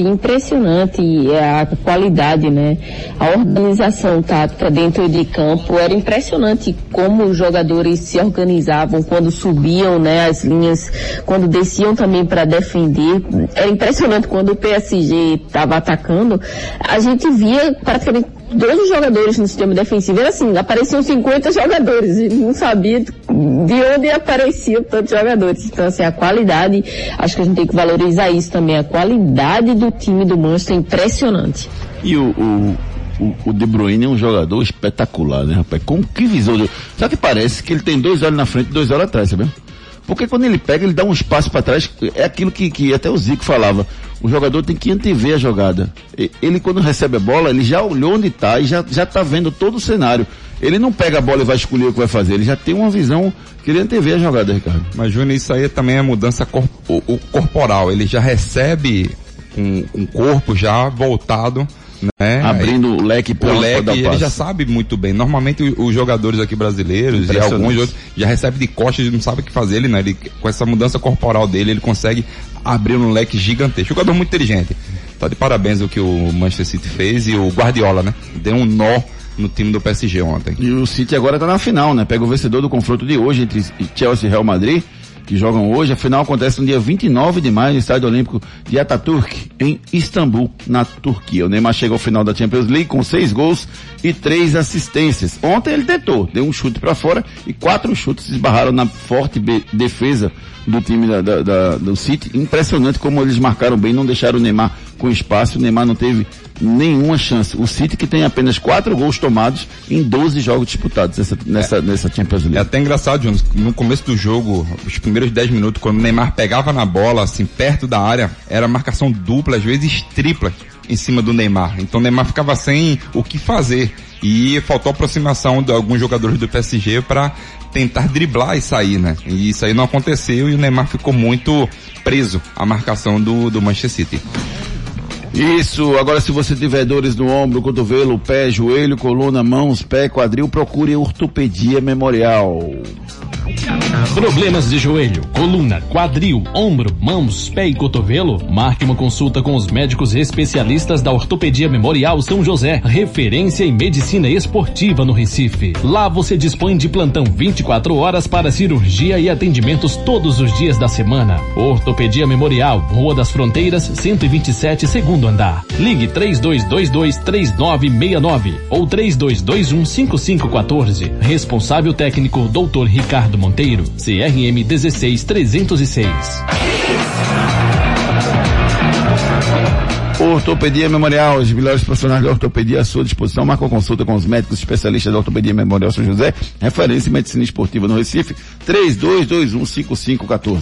S7: a qualidade, né? A organização tática dentro de campo era impressionante como os jogadores se organizavam quando subiam, né, as linhas, quando desciam também para defender. Era impressionante quando o PSG estava atacando, a gente via praticamente 12 jogadores no sistema defensivo, era assim, apareciam 50 jogadores, e não sabia de onde apareciam tantos jogadores. Então, assim, a qualidade, acho que a gente tem que valorizar isso também, a qualidade do time do Manchester é impressionante.
S4: E o De Bruyne é um jogador espetacular, né, rapaz? Com que visão? Só que parece que ele tem 2 olhos na frente e 2 olhos atrás, sabe? Porque quando ele pega, ele dá um espaço para trás, é aquilo que até o Zico falava, o jogador tem que antever a jogada. Ele, quando recebe a bola, ele já olhou onde está e já tá vendo todo o cenário. Ele não pega a bola e vai escolher o que vai fazer, ele já tem uma visão que ele antever a jogada, Ricardo.
S6: Mas, Júnior, isso aí também é mudança corporal, ele já recebe um corpo já voltado, né?
S4: Abrindo o leque para
S6: ele já sabe muito bem. Normalmente os jogadores aqui brasileiros e alguns outros já recebem de costas e não sabem o que fazer. Ele, né? Com essa mudança corporal dele, ele consegue abrir um leque gigantesco. Jogador muito inteligente. Tá de parabéns o que o Manchester City fez, e o Guardiola, né? Deu um nó no time do PSG ontem.
S4: E o City agora tá na final, né? Pega o vencedor do confronto de hoje entre Chelsea e Real Madrid, que jogam hoje. A final acontece no dia 29 de maio no Estádio Olímpico de Atatürk, em Istambul, na Turquia. O Neymar chega ao final da Champions League com 6 gols e 3 assistências. Ontem ele tentou, deu um chute para fora e 4 chutes esbarraram na forte defesa do time do City. Impressionante como eles marcaram bem, não deixaram o Neymar com espaço, o Neymar não teve nenhuma chance. O City que tem apenas 4 gols tomados em 12 jogos disputados nessa Champions League.
S6: É até engraçado, Jonas, no começo do jogo, os primeiros 10 minutos, quando o Neymar pegava na bola, assim, perto da área, era marcação dupla, às vezes tripla, em cima do Neymar. Então o Neymar ficava sem o que fazer. E faltou aproximação de alguns jogadores do PSG para tentar driblar e sair, né? E isso aí não aconteceu e o Neymar ficou muito preso à marcação do Manchester City.
S4: Isso, agora se você tiver dores no ombro, cotovelo, pé, joelho, coluna, mãos, pé, quadril, procure Ortopedia Memorial.
S2: Problemas de joelho, coluna, quadril, ombro, mãos, pé e cotovelo? Marque uma consulta com os médicos especialistas da Ortopedia Memorial São José, referência em medicina esportiva no Recife. Lá você dispõe de plantão 24 horas para cirurgia e atendimentos todos os dias da semana. Ortopedia Memorial, Rua das Fronteiras, 127, segundo andar. Ligue 3222-3969 ou 3221-5514. Responsável técnico Dr. Ricardo Monteiro, CRM 16306.
S4: Ortopedia Memorial, os melhores profissionais de ortopedia à sua disposição. Marca uma consulta com os médicos especialistas da Ortopedia Memorial São José, referência em medicina esportiva no Recife, 3221-5514.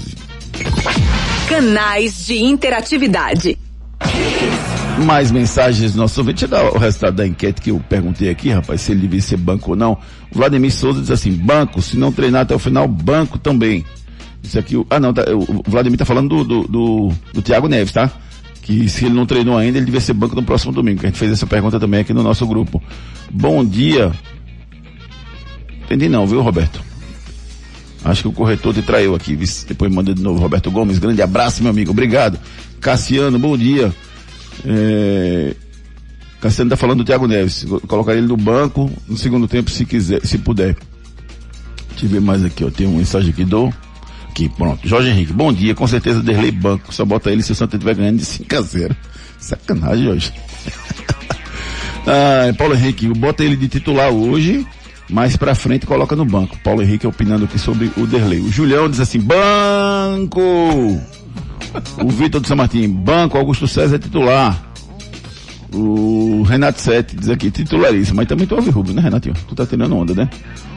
S5: Canais de interatividade.
S4: Mais mensagens do nosso ouvinte. Deixa eu dar o resultado da enquete que eu perguntei aqui, rapaz, se ele devia ser banco ou não. O Vladimir Souza diz assim: banco, se não treinar até o final, banco também. Isso aqui, o Vladimir tá falando do Thiago Neves, tá? Que se ele não treinou ainda, ele devia ser banco no próximo domingo. A gente fez essa pergunta também aqui no nosso grupo. Bom dia. Entendi não, viu, Roberto? Acho que o corretor te traiu aqui. Depois manda de novo, Roberto Gomes. Grande abraço, meu amigo. Obrigado. Cassiano, bom dia. Cassiano tá falando do Thiago Neves. Vou colocar ele no banco no segundo tempo, se quiser, se puder. Deixa eu ver mais aqui, ó. Tem uma mensagem aqui aqui, pronto. Jorge Henrique, bom dia. Com certeza Derlei banco. Só bota ele se o Santa estiver ganhando de 5-0. Sacanagem, Jorge. Paulo Henrique, bota ele de titular hoje, mais pra frente coloca no banco. Paulo Henrique opinando aqui sobre o Derlei. O Julião diz assim: banco. O Vitor de São Martim, banco, Augusto César é titular. O Renato Sete diz aqui, titularíssimo, mas também tu ouve Rubio, né, Renatinho? Tu tá tirando onda, né?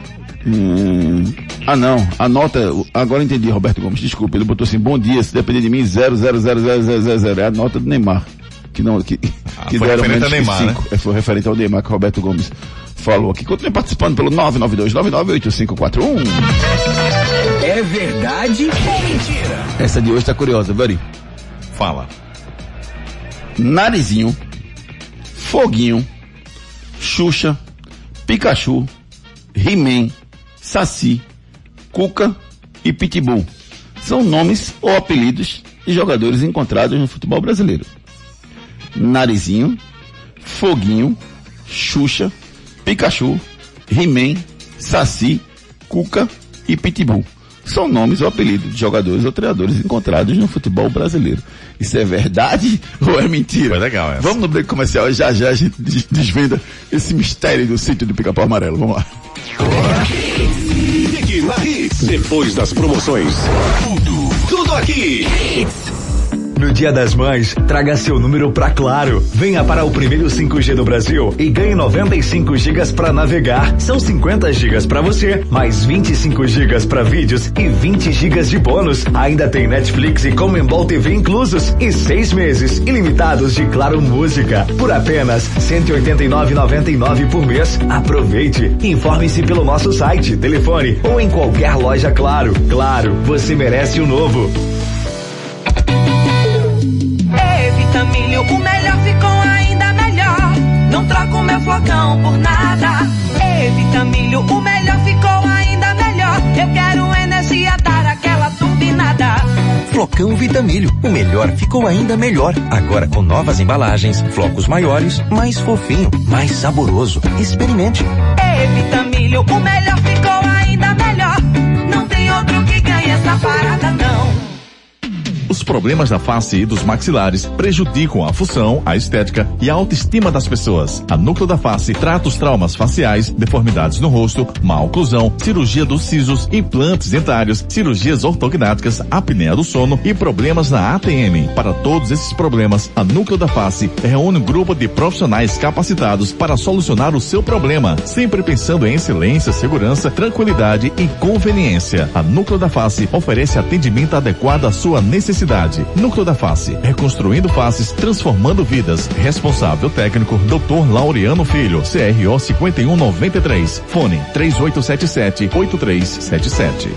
S4: Não, a nota, agora entendi, Roberto Gomes, desculpa, ele botou assim: bom dia, se depender de mim, 0,00000, é a nota do Neymar. Que
S1: foi
S4: deram
S1: referente ao Neymar,
S4: 5, né? Foi referente ao Neymar que o Roberto Gomes falou aqui. Continue participando pelo 992998541.
S3: É verdade ou mentira?
S4: Essa de hoje tá curiosa, Vari.
S1: Fala.
S4: Narizinho, Foguinho, Xuxa, Pikachu, He-Man, Saci, Cuca e Pitbull são nomes ou apelidos de jogadores encontrados no futebol brasileiro. Narizinho, Foguinho, Xuxa, Pikachu, He-Man, Saci, Cuca e Pitbull são nomes ou apelidos de jogadores ou treinadores encontrados no futebol brasileiro. Isso é verdade ou é mentira?
S1: Foi legal essa.
S4: Vamos no break comercial, já a gente desvenda esse mistério do sítio do Pica-Pau Amarelo. Vamos lá.
S3: Depois das promoções, tudo aqui.
S12: No Dia das Mães, traga seu número pra Claro. Venha para o primeiro 5G do Brasil e ganhe 95 gigas para navegar. São 50 gigas para você, mais 25 gigas para vídeos e 20 gigas de bônus. Ainda tem Netflix e Comembol TV inclusos e 6 meses ilimitados de Claro Música por apenas R$ 189,99 por mês. Aproveite. Informe-se pelo nosso site, telefone ou em qualquer loja Claro. Claro, você merece o novo.
S13: Vitamilho, o melhor ficou ainda melhor. Não troco meu flocão por nada. Vitamilho, o melhor ficou ainda melhor. Eu quero energia, dar aquela turbinada.
S14: Flocão Vitamilho, o melhor ficou ainda melhor. Agora com novas embalagens, flocos maiores, mais fofinho, mais saboroso. Experimente.
S13: Vitamilho, o melhor ficou ainda melhor. Não tem outro que ganhe essa parada, não.
S4: O
S1: Os problemas da face e dos maxilares prejudicam a função, a estética e a autoestima das pessoas. A Núcleo da Face trata os traumas faciais, deformidades no rosto, má oclusão, cirurgia dos sisos, implantes dentários, cirurgias ortognáticas, apneia do sono e problemas na ATM. Para todos esses problemas, a Núcleo da Face reúne um grupo de profissionais capacitados para solucionar o seu problema, sempre pensando em excelência, segurança, tranquilidade e conveniência. A Núcleo da Face oferece atendimento adequado à sua necessidade. Núcleo da Face, reconstruindo faces, transformando vidas. Responsável técnico, Dr. Laureano Filho, CRO 5193. Fone 3877-8377.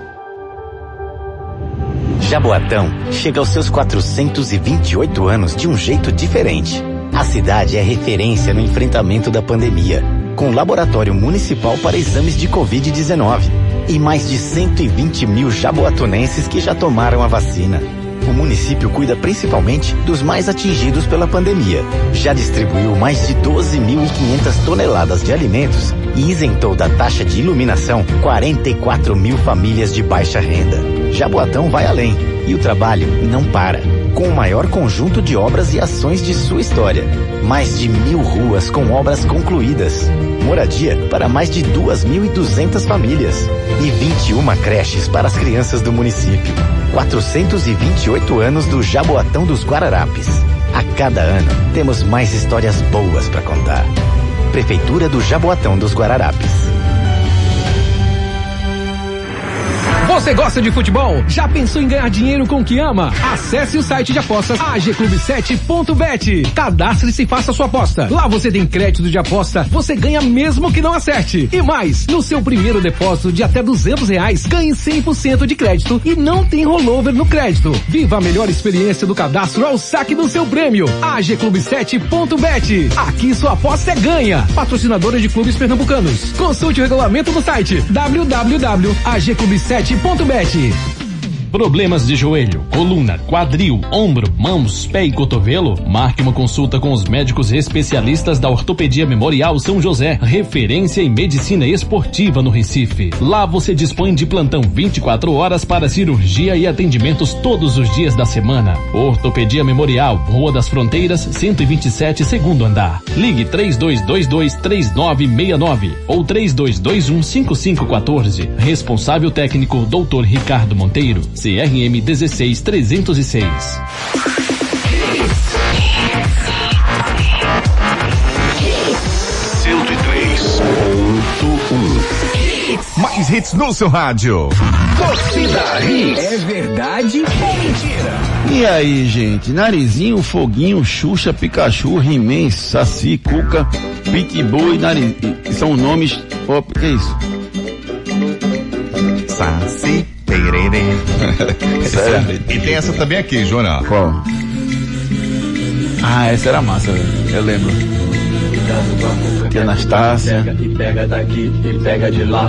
S15: Jaboatão chega aos seus 428 anos de um jeito diferente. A cidade é referência no enfrentamento da pandemia, com laboratório municipal para exames de Covid-19 e mais de 120 mil jaboatonenses que já tomaram a vacina. O município cuida principalmente dos mais atingidos pela pandemia. Já distribuiu mais de 12.500 toneladas de alimentos e isentou da taxa de iluminação 44 mil famílias de baixa renda. Jaboatão vai além e o trabalho não para. Com o maior conjunto de obras e ações de sua história. Mais de 1.000 ruas com obras concluídas. Moradia para mais de 2.200 famílias. E 21 creches para as crianças do município. 428 anos do Jaboatão dos Guararapes. A cada ano, temos mais histórias boas para contar. Prefeitura do Jaboatão dos Guararapes.
S16: Você gosta de futebol? Já pensou em ganhar dinheiro com o que ama? Acesse o site de apostas agclub7.bet. Cadastre-se e faça sua aposta. Lá você tem crédito de aposta, você ganha mesmo que não acerte. E mais, no seu primeiro depósito de até R$200, ganhe 100% de crédito e não tem rollover no crédito. Viva a melhor experiência do cadastro ao saque do seu prêmio. agclub7.bet. Aqui sua aposta é ganha. Patrocinadora de clubes pernambucanos. Consulte o regulamento no site www.agclub7.bet.
S2: Problemas de joelho, coluna, quadril, ombro, mãos, pé e cotovelo? Marque uma consulta com os médicos especialistas da Ortopedia Memorial São José, referência em medicina esportiva no Recife. Lá você dispõe de plantão 24 horas para cirurgia e atendimentos todos os dias da semana. Ortopedia Memorial, Rua das Fronteiras, 127, segundo andar. Ligue 3222-3969 ou 3221-5514. Responsável técnico, Dr. Ricardo Monteiro. CRM 16306.
S1: Mais hits no seu rádio.
S3: Torcida Hits. É verdade ou mentira?
S4: E aí, gente? Narizinho, Foguinho, Xuxa, Pikachu, He-Man, Saci, Cuca, Pitbull e Nariz. São nomes. Opa, que é isso?
S1: Saci. E tem essa também aqui, Joana.
S4: Qual? Ah, essa era massa, velho. Eu lembro. Tia Anastácia.
S11: E pega daqui e pega de lá.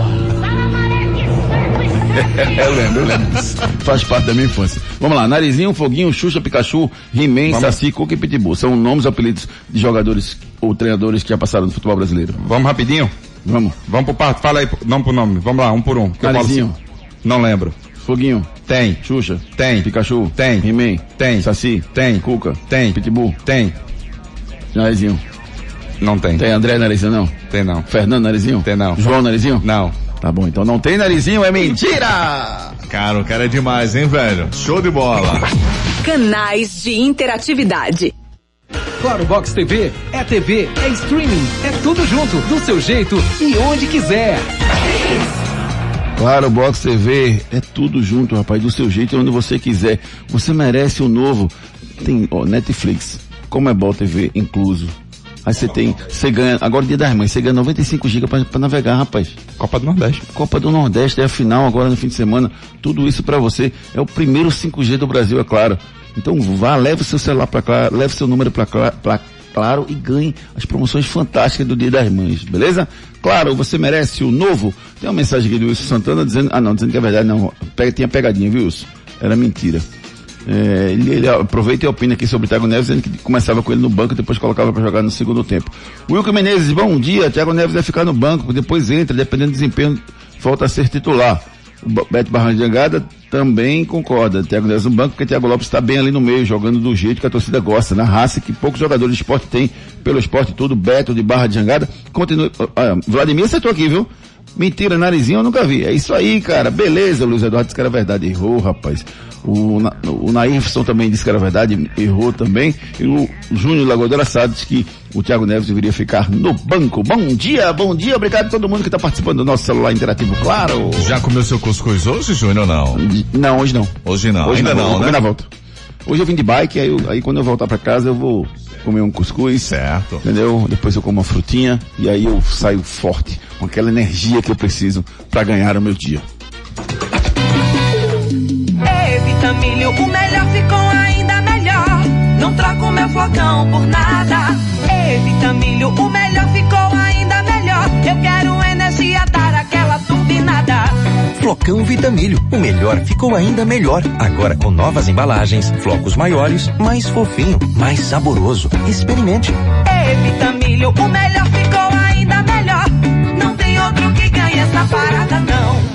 S4: eu lembro. Faz parte da minha infância. Vamos lá, Narizinho, Foguinho, Xuxa, Pikachu, He-Man, Saci, Cuca e Pitbull. São nomes e apelidos de jogadores ou treinadores que já passaram no futebol brasileiro.
S6: Vamos rapidinho?
S4: Vamos
S6: por parte, fala aí, nome por nome. Vamos lá, um por um.
S4: Narizinho.
S6: Não lembro.
S4: Foguinho.
S6: Tem.
S4: Xuxa.
S6: Tem.
S4: Pikachu.
S6: Tem.
S4: He-Man.
S6: Tem.
S4: Saci.
S6: Tem.
S4: Cuca.
S6: Tem.
S4: Pitbull.
S6: Tem.
S4: Narizinho.
S6: Não tem.
S4: Tem André Narizinho, não?
S6: Tem não.
S4: Fernando Narizinho?
S6: Tem não.
S4: João Narizinho?
S6: Não.
S4: Tá bom, então não tem Narizinho, é mentira!
S1: Cara, o cara é demais, hein, velho? Show de bola.
S5: Canais de interatividade.
S16: Claro Box TV, é streaming, é tudo junto, do seu jeito e onde quiser.
S4: Claro, Box TV é tudo junto, rapaz, do seu jeito e onde você quiser. Você merece o novo. Tem Netflix, Comebol TV incluso. Aí você ganha, agora dia das mães, você ganha 95 GB pra navegar, rapaz.
S6: Copa do Nordeste.
S4: Copa do Nordeste, é a final agora no fim de semana. Tudo isso pra você. É o primeiro 5G do Brasil, é claro. Então vá, leve o seu celular pra Claro, leve seu número pra Claro e ganhe as promoções fantásticas do Dia das Mães, beleza? Claro, você merece o novo. Tem uma mensagem aqui do Wilson Santana dizendo que é verdade, não. Tinha pegadinha, viu, Wilson? Era mentira. Ele aproveita e opina aqui sobre o Thiago Neves, dizendo que começava com ele no banco e depois colocava para jogar no segundo tempo. Wilker Menezes, bom dia. Thiago Neves vai ficar no banco, depois entra, dependendo do desempenho, volta a ser titular. O Beto Barra de Jangada também concorda. Thiago Neves no banco, porque Thiago Lopes está bem ali no meio, jogando do jeito que a torcida gosta, na raça que poucos jogadores de esporte têm, pelo esporte todo. Beto de Barra de Jangada. Continua. Vladimir acertou aqui, viu? Mentira, narizinho eu nunca vi. É isso aí, cara. Beleza, Luiz Eduardo disse que era verdade. Errou, rapaz. O Nairson também disse que era verdade. Errou também. E o Júnior Lagodeira Sá disse que o Thiago Neves deveria ficar no banco. Bom dia. Obrigado a todo mundo que está participando do nosso celular interativo, claro.
S1: Já comeu seu cuscuz hoje, Júnior, ou não?
S4: Não, hoje não.
S1: Hoje não,
S4: hoje
S1: ainda não, né?
S4: Na volta. Hoje eu vim de bike, aí quando eu voltar pra casa eu vou comer um cuscuz.
S1: Certo.
S4: Entendeu? Depois eu como uma frutinha e aí eu saio forte, com aquela energia que eu preciso pra ganhar o meu dia.
S13: Vitamilho, o melhor ficou ainda melhor. Não troco meu flocão por nada. Vitamilho, o melhor ficou ainda melhor. Eu quero energia, dar aquela turbinada.
S14: Flocão Vitamilho, o melhor ficou ainda melhor. Agora com novas embalagens, flocos maiores, mais fofinho, mais saboroso. Experimente.
S13: Vitamilho, o melhor ficou ainda melhor. Não tem outro que ganhe essa parada, não.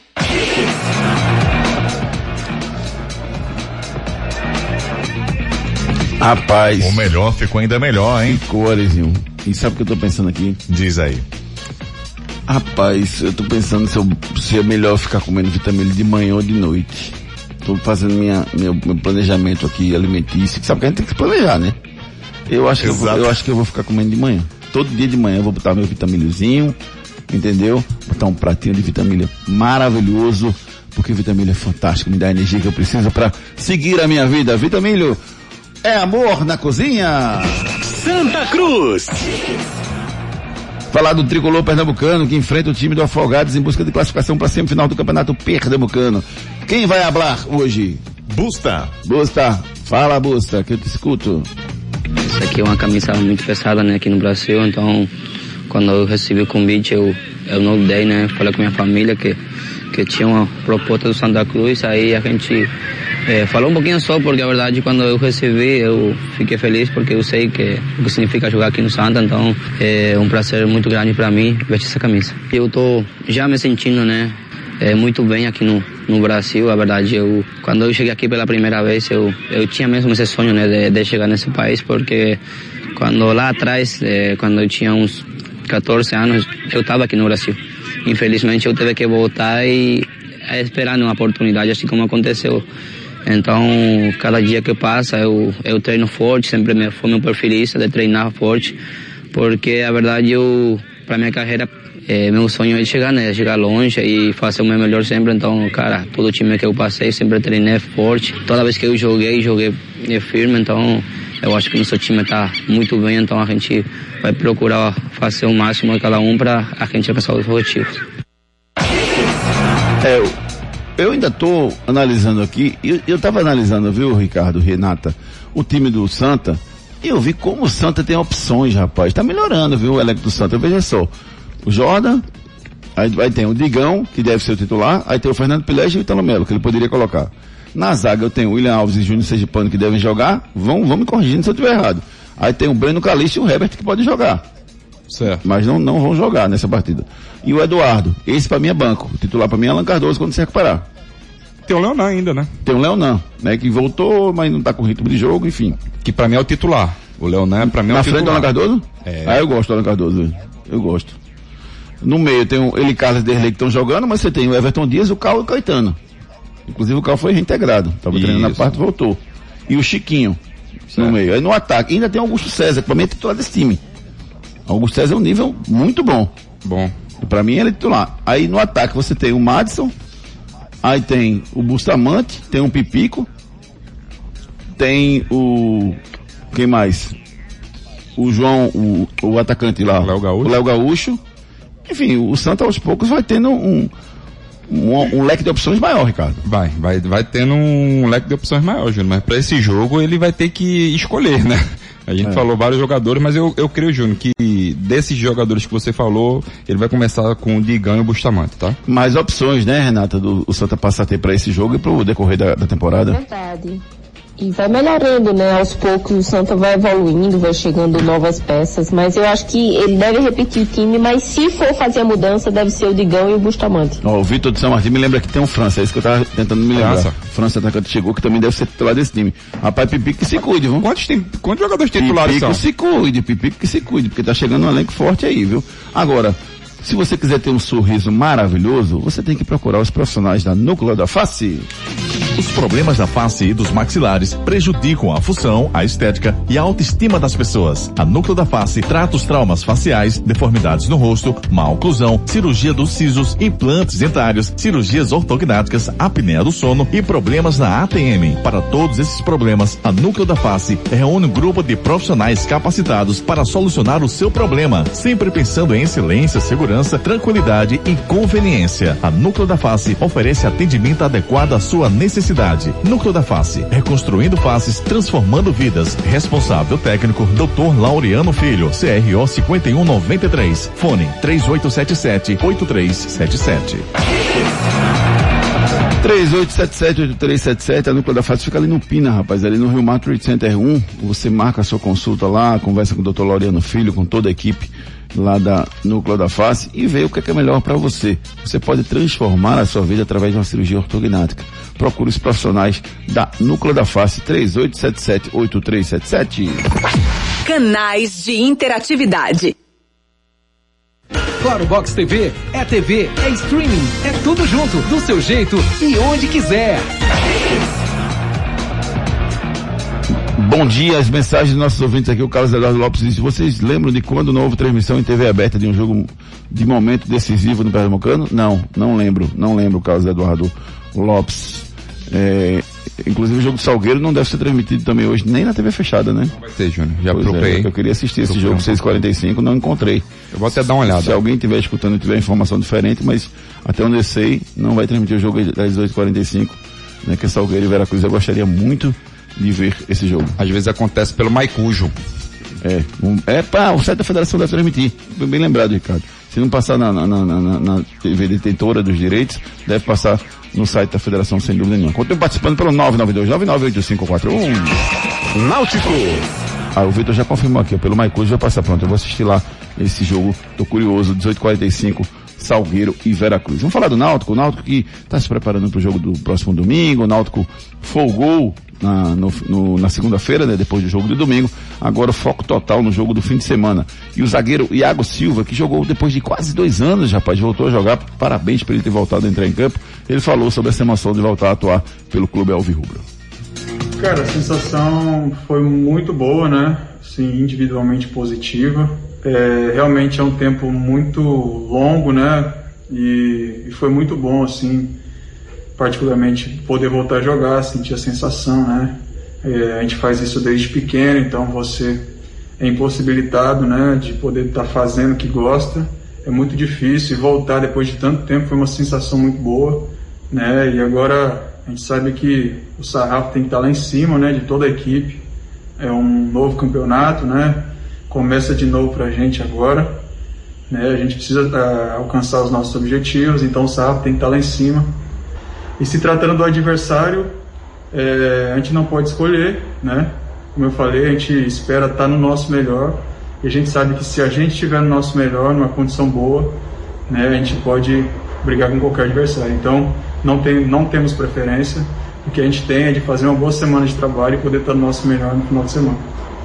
S4: Rapaz.
S1: O melhor ficou ainda melhor, hein?
S4: Ficou, Arezinho. E sabe o que eu tô pensando aqui?
S1: Diz aí.
S4: Rapaz, eu tô pensando se é melhor ficar comendo vitamina de manhã ou de noite. Tô fazendo meu planejamento aqui alimentício. Sabe que a gente tem que se planejar, né? Eu acho que eu vou ficar comendo de manhã. Todo dia de manhã eu vou botar meu vitamilhozinho, entendeu? Botar um pratinho de vitamina maravilhoso, porque vitamina é fantástico, me dá a energia que eu preciso pra seguir a minha vida. Vitamilho é amor na cozinha.
S12: Santa Cruz.
S4: Falar do tricolor pernambucano que enfrenta o time do Afogados em busca de classificação para a semifinal do Campeonato Pernambucano. Quem vai falar hoje?
S1: Busta,
S4: fala Busta, que eu te escuto.
S17: Isso aqui é uma camisa muito pesada, né, aqui no Brasil, então quando eu recebi o convite eu não dei, né, falei com minha família que tinha uma proposta do Santa Cruz, aí a gente falou um pouquinho só, porque a verdade quando eu recebi eu fiquei feliz porque eu sei o que significa jogar aqui no Santa, então é um prazer muito grande para mim vestir essa camisa. Eu tô já me sentindo, né, muito bem aqui no Brasil, a verdade quando eu cheguei aqui pela primeira vez eu tinha mesmo esse sonho, né, de chegar nesse país, porque quando lá atrás, quando eu tinha uns 14 anos, eu estava aqui no Brasil. Infelizmente eu tive que voltar e esperar uma oportunidade, assim como aconteceu. Então, cada dia que passa, eu treino forte, sempre fui meu perfilista de treinar forte, porque a verdade para minha carreira, meu sonho é chegar, né, chegar longe e fazer o meu melhor sempre. Então, cara, todo time que eu passei, sempre treinei forte. Toda vez que eu joguei firme, então eu acho que nosso time está muito bem, então a gente vai procurar fazer o máximo de cada um para a gente alcançar os objetivos.
S4: Eu ainda estou analisando aqui, eu estava analisando, viu, Ricardo, Renata, o time do Santa, e eu vi como o Santa tem opções, rapaz. Está melhorando, viu, o elenco do Santa. Veja só, o Jordan, aí tem o Digão, que deve ser o titular, aí tem o Fernando Pilege e o Italo Melo, que ele poderia colocar. Na zaga eu tenho o William Alves e Júnior Sergipano que devem jogar, vão me corrigindo se eu estiver errado. Aí tem o Breno Calixto e o Herbert que podem jogar.
S6: Certo.
S4: Mas não vão jogar nessa partida. E o Eduardo, esse pra mim é banco. O titular pra mim é Alan Cardoso quando se recuperar.
S6: Tem o Leonan ainda, né?
S4: Tem o Leonan, né? Que voltou, mas não tá com ritmo de jogo, enfim.
S6: Que pra mim é o titular. O Leonan pra mim é o titular. Na frente do Alan Cardoso?
S4: Eu gosto do Alan Cardoso, eu gosto. No meio tem o Eli Carlos e Derlei que estão jogando, mas você tem o Everton Dias, o Cal e o Caetano. Inclusive o Cal foi reintegrado. Tava treinando na parte e voltou. E o Chiquinho no meio. Aí no ataque ainda tem o Augusto César, que pra mim é titular desse time. Augusto César é um nível muito bom. E pra mim ele é titular. Aí no ataque você tem o Madison, aí tem o Bustamante, tem o Pipico, tem o... quem mais? O João, o atacante lá. O Léo Gaúcho. Enfim, o Santa aos poucos vai tendo um leque de opções maior, Ricardo.
S6: Vai tendo um leque de opções maior, Júnior, mas para esse jogo ele vai ter que escolher, né? A gente falou vários jogadores, mas eu creio, Júnior, que desses jogadores que você falou, ele vai começar com o Digão e o Bustamante, tá?
S4: Mais opções, né, Renata, o Santa passa a ter para esse jogo e pro decorrer da temporada.
S7: Verdade. E vai melhorando, né? Aos poucos o Santa vai evoluindo, vai chegando novas peças, mas eu acho que ele deve repetir o time, mas se for fazer a mudança, deve ser o Digão e o Bustamante.
S4: O Vitor de São Martin me lembra que tem um França, é isso que eu tava tentando me lembrar. França atacante chegou, que também deve ser titular desse time. Rapaz, Pipico que se cuide, viu?
S6: Quantos jogadores titulares são?
S4: Pipico que se cuide, porque tá chegando um elenco forte aí, viu? Agora, se você quiser ter um sorriso maravilhoso, você tem que procurar os profissionais da Núcleo da Face.
S1: Os problemas da face e dos maxilares prejudicam a função, a estética e a autoestima das pessoas. A Núcleo da Face trata os traumas faciais, deformidades no rosto, má oclusão, cirurgia dos sisos, implantes dentários, cirurgias ortognáticas, apneia do sono e problemas na ATM. Para todos esses problemas, a Núcleo da Face reúne um grupo de profissionais capacitados para solucionar o seu problema, sempre pensando em excelência, segurança, tranquilidade e conveniência. A Núcleo da Face oferece atendimento adequado à sua necessidade. Núcleo da Face, reconstruindo faces, transformando vidas. Responsável técnico, Dr. Laureano Filho, CRO 5193. Fone 3877-8377.
S4: 3877-8377, a Núcleo da Face fica ali no Pina, rapaz, ali no Rio Mar Trade Center 1. Você marca a sua consulta lá, conversa com o Dr. Laureano Filho, com toda a equipe lá da Núcleo da Face e vê o que é melhor para você. Você pode transformar a sua vida através de uma cirurgia ortognática. Procure os profissionais da Núcleo da Face, 3877-8377.
S5: Canais de interatividade.
S16: Claro Box TV, é streaming, é tudo junto, do seu jeito e onde quiser.
S4: Bom dia, as mensagens dos nossos ouvintes aqui, o Carlos Eduardo Lopes disse: vocês lembram de quando não houve transmissão em TV aberta de um jogo de momento decisivo no Pernambucano? Não lembro, Carlos Eduardo Lopes. Inclusive o jogo do Salgueiro não deve ser transmitido também hoje, nem na TV fechada, né?
S6: Não vai ter, Júnior, já procurei.
S4: Eu queria assistir esse jogo 6h45, não encontrei.
S6: Eu vou até dar uma olhada.
S4: Se alguém estiver escutando e tiver informação diferente, mas até onde eu sei, não vai transmitir o jogo às 18h45, né? Que é Salgueiro e Veracruz. Eu gostaria muito de ver esse jogo.
S6: Às vezes acontece pelo Maicujo.
S4: O site da Federação deve transmitir. Bem lembrado, Ricardo. Se não passar na TV detentora dos direitos, deve passar no site da Federação, sem dúvida nenhuma. Continue participando pelo 992-998541.
S12: Náutico.
S4: O Vitor já confirmou aqui, pelo Maicujo vai passar, pronto. Eu vou assistir lá esse jogo. Tô curioso, 18h45. Salgueiro e Veracruz. Vamos falar do Náutico, o Náutico que está se preparando para o jogo do próximo domingo. O Náutico folgou na segunda-feira, né, depois do jogo de domingo. Agora foco total no jogo do fim de semana. E o zagueiro Iago Silva, que jogou depois de quase 2 anos, rapaz, voltou a jogar. Parabéns por ele ter voltado a entrar em campo. Ele falou sobre essa emoção de voltar a atuar pelo clube alvirrubro.
S18: Cara, a sensação foi muito boa, né? Assim, individualmente positiva. Realmente é um tempo muito longo, né? E foi muito bom, assim, particularmente poder voltar a jogar, sentir a sensação, né? A gente faz isso desde pequeno, então você é impossibilitado, né? De poder estar fazendo o que gosta. É muito difícil, e voltar depois de tanto tempo foi uma sensação muito boa, né? E agora a gente sabe que o sarrafo tem que estar lá em cima, né? De toda a equipe. É um novo campeonato, né? Começa de novo pra gente agora, né? A gente precisa alcançar os nossos objetivos, então o sarrafo tem que estar lá em cima. E se tratando do adversário, a gente não pode escolher, né? Como eu falei, a gente espera estar no nosso melhor, e a gente sabe que se a gente estiver no nosso melhor, numa condição boa, né? A gente pode brigar com qualquer adversário. Então não temos preferência, o que a gente tem é de fazer uma boa semana de trabalho e poder estar no nosso melhor no final de semana.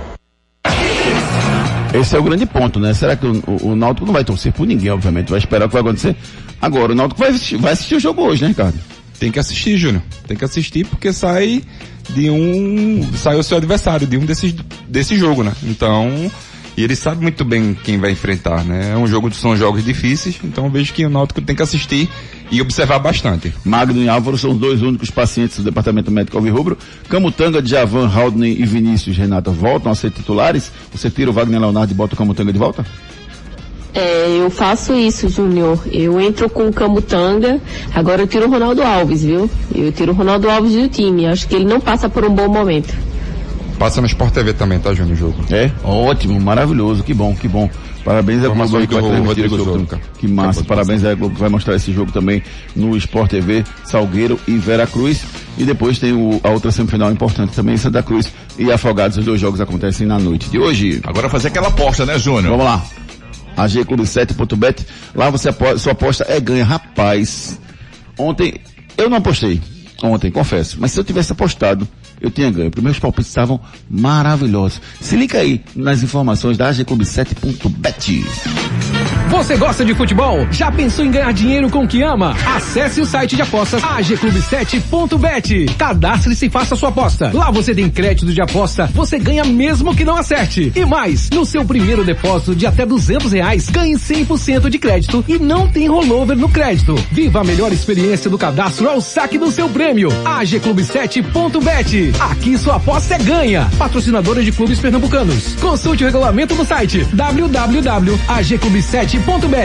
S4: Esse é o grande ponto, né? Será que o Náutico não vai torcer por ninguém, obviamente, vai esperar o que vai acontecer? Agora, o Náutico vai assistir o jogo hoje, né, Ricardo?
S6: Tem que assistir, Júnior. Tem que assistir porque sai o seu adversário de um desse jogo, né? Então, e ele sabe muito bem quem vai enfrentar, né? São jogos difíceis, então eu vejo que o Náutico tem que assistir e observar bastante.
S4: Magno e Álvaro são os 2 únicos pacientes do Departamento Médico Alvirrubro. Camutanga, Djavan, Haldney e Vinícius Renata voltam a ser titulares. Você tira o Wagner Leonardo e bota o Camutanga de volta?
S7: Eu faço isso, Júnior. Eu entro com o Camutanga, agora eu tiro o Ronaldo Alves, viu? Eu tiro o Ronaldo Alves do time. Acho que ele não passa por um bom momento.
S6: Passa no Sport TV também, tá, Júnior, o jogo?
S4: Ótimo, maravilhoso, que bom. Parabéns à Globo que vai transmitir esse jogo. Que massa, parabéns à Globo que vai mostrar esse jogo também no Sport TV, Salgueiro e Veracruz. e depois tem a outra semifinal importante também, Santa Cruz e Afogados. Os 2 jogos acontecem na noite de hoje.
S1: Agora fazer aquela aposta, né, Júnior?
S4: Vamos lá. agclube7.bet, lá sua aposta é ganha. Rapaz, ontem, eu não apostei, confesso, mas se eu tivesse apostado, eu tinha ganho. Os meus palpites estavam maravilhosos. Se liga aí nas informações da agclube7.bet.
S16: Você gosta de futebol? Já pensou em ganhar dinheiro com o que ama? Acesse o site de apostas agclube7.bet. Cadastre-se e faça sua aposta. Lá você tem crédito de aposta, você ganha mesmo que não acerte. E mais, no seu primeiro depósito de até R$200, ganhe 100% de crédito e não tem rollover no crédito. Viva a melhor experiência do cadastro ao saque do seu prêmio. agclube7.bet. Aqui sua aposta é ganha. Patrocinadora de clubes pernambucanos. Consulte o regulamento no site www.agclube7.bet.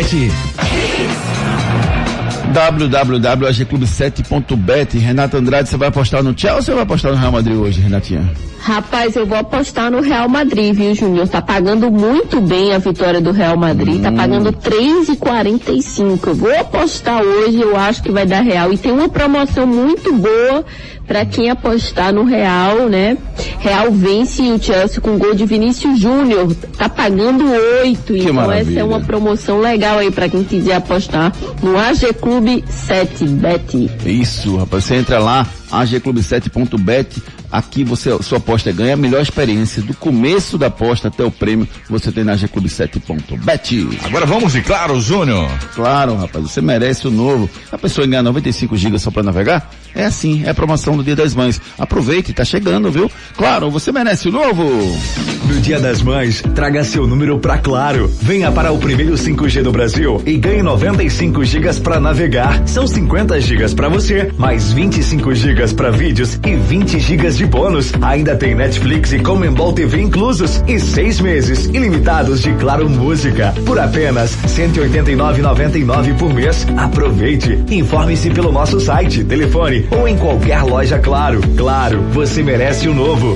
S4: www.agclube7.bet. Renata Andrade, você vai apostar no Chelsea ou vai apostar no Real Madrid hoje, Renatinha?
S7: Rapaz, eu vou apostar no Real Madrid, viu, Júnior? Tá pagando muito bem a vitória do Real Madrid, tá pagando 3,45. Eu vou apostar hoje, eu acho que vai dar Real. E tem uma promoção muito boa pra quem apostar no Real, né? Real vence o Chelsea com gol de Vinícius Júnior, tá pagando 8. Então maravilha. Essa é uma promoção legal aí pra quem quiser apostar no agclube7bet.
S4: Isso, rapaz, você entra lá, agclube7.bet. Aqui sua aposta ganha a melhor experiência do começo da aposta até o prêmio. Você tem na agclube7.bet.
S1: Agora vamos de Claro, Júnior.
S4: Claro, rapaz, você merece o novo. A pessoa ganha 95 GB só para navegar? É assim, é a promoção do Dia das Mães. Aproveite, tá chegando, viu? Claro, você merece o novo.
S12: No Dia das Mães, traga seu número pra Claro. Venha para o primeiro 5G do Brasil e ganhe 95 GB para navegar. São 50 GB para você, mais 25 GB para vídeos e 20 GB de bônus. Ainda tem Netflix e Comembol TV inclusos e 6 meses ilimitados de Claro Música por apenas R$ 189,99 por mês. Aproveite. Informe-se pelo nosso site, telefone ou em qualquer loja Claro. Claro, você merece o novo.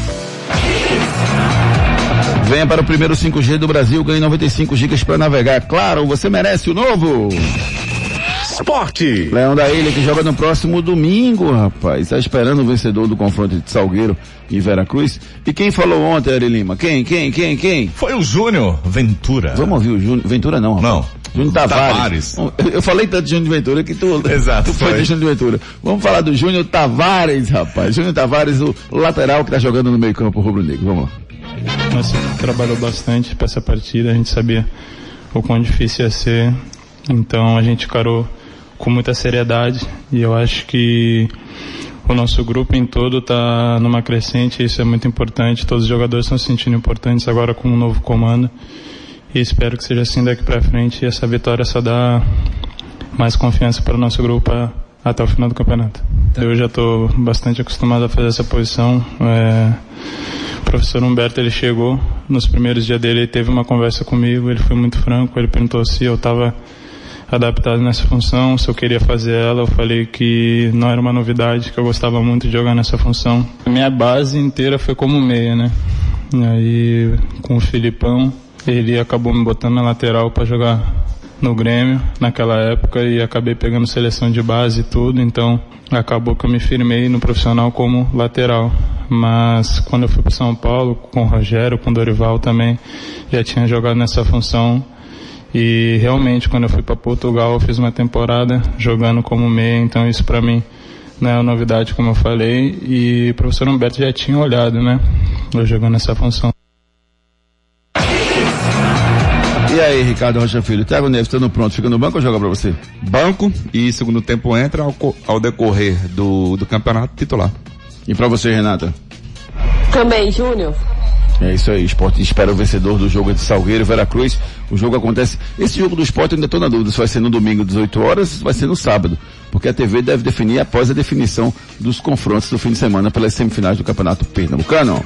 S4: Venha para o primeiro 5G do Brasil, ganhe 95 GB para navegar. Claro, você merece o novo.
S12: Esporte.
S4: Leão da Ilha, que joga no próximo domingo, rapaz. Está esperando o vencedor do confronto de Salgueiro e Veracruz. E quem falou ontem, Ari Lima? Quem?
S1: Foi o Júnior Ventura.
S4: Vamos ouvir o Júnior. Ventura não, rapaz.
S1: Não.
S4: Júnior Tavares. Eu falei tanto de Júnior Ventura que tu foi de Júnior Ventura. Vamos falar do Júnior Tavares, rapaz. Júnior Tavares, o lateral que está jogando no meio campo rubro-negro. Vamos lá.
S19: Nós trabalhou bastante para essa partida. A gente sabia o quão difícil ia ser. Então a gente encarou com muita seriedade e eu acho que o nosso grupo em todo está numa crescente, isso é muito importante. Todos os jogadores estão se sentindo importantes agora com um novo comando e espero que seja assim daqui para frente e essa vitória só dá mais confiança para o nosso grupo até o final do campeonato. Eu já estou bastante acostumado a fazer essa posição. O professor Humberto, ele chegou nos primeiros dias dele, ele teve uma conversa comigo, ele foi muito franco, ele perguntou se eu estava adaptado nessa função, se eu queria fazer ela. Eu falei que não era uma novidade, que eu gostava muito de jogar nessa função. A minha base inteira foi como meia, né? E aí, com o Filipão, ele acabou me botando na lateral para jogar no Grêmio naquela época e acabei pegando seleção de base e tudo, então acabou que eu me firmei no profissional como lateral. Mas quando eu fui para São Paulo, com o Rogério, com o Dorival também, já tinha jogado nessa função. E realmente, quando eu fui para Portugal, eu fiz uma temporada jogando como meia, então isso para mim não é uma novidade, como eu falei, e o professor Humberto já tinha olhado, né, eu jogando nessa função.
S4: E aí, Ricardo Rocha Filho, Thiago Neves estando pronto, fica no banco ou joga para você?
S6: Banco, e segundo tempo entra ao decorrer do campeonato titular.
S4: E para você, Renata?
S7: Também, Júnior.
S4: É isso aí, o Sport espera o vencedor do jogo de Salgueiro e Veracruz. O jogo acontece, esse jogo do Sport eu ainda estou na dúvida se vai ser no domingo 18 horas ou se vai ser no sábado, porque a TV deve definir após a definição dos confrontos do fim de semana pelas semifinais do Campeonato Pernambucano.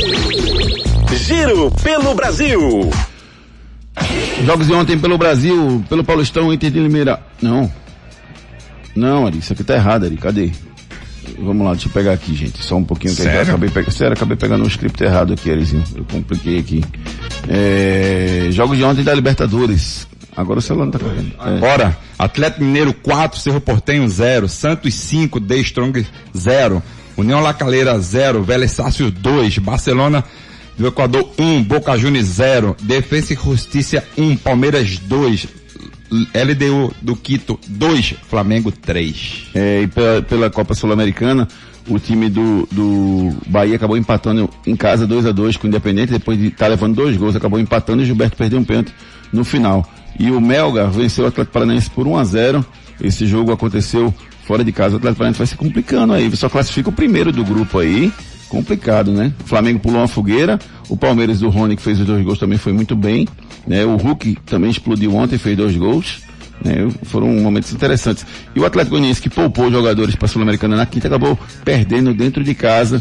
S12: Giro pelo Brasil.
S4: Jogos de ontem pelo Brasil, pelo Paulistão, Inter de Limeira. Não, Ari, isso aqui tá errado, Ari, cadê? Vamos lá, deixa eu pegar aqui, gente, só um pouquinho.
S1: Sério?
S4: Acabei pegando um script errado aqui, Arizinho, eu compliquei aqui. Jogos de ontem da Libertadores. Agora o celular não tá correndo.
S6: Bora! Atlético Mineiro 4, Cerro Porteño 0, Santos 5, The Strong 0, União La Calera 0, Vélez Sácio 2, Barcelona do Equador 1, Boca Juniors 0, Defensa e Justiça 1, Palmeiras 2, LDU do Quito 2, Flamengo 3.
S4: E pela Copa Sul-Americana, o time do Bahia acabou empatando em casa 2-2 com o Independente, depois de estar levando 2 gols, acabou empatando e o Gilberto perdeu um pênalti no final. E o Melgar venceu o Atlético Paranaense por 1-0. Esse jogo aconteceu fora de casa. O Atlético Paranaense vai se complicando aí, só classifica o primeiro do grupo aí. Complicado, né? O Flamengo pulou uma fogueira, o Palmeiras do Rony, que fez os 2 gols, também foi muito bem, né? O Hulk também explodiu ontem, fez 2 gols, né? Foram momentos interessantes. E o Atlético Goianiense, que poupou jogadores para a Sul-Americana na quinta, acabou perdendo dentro de casa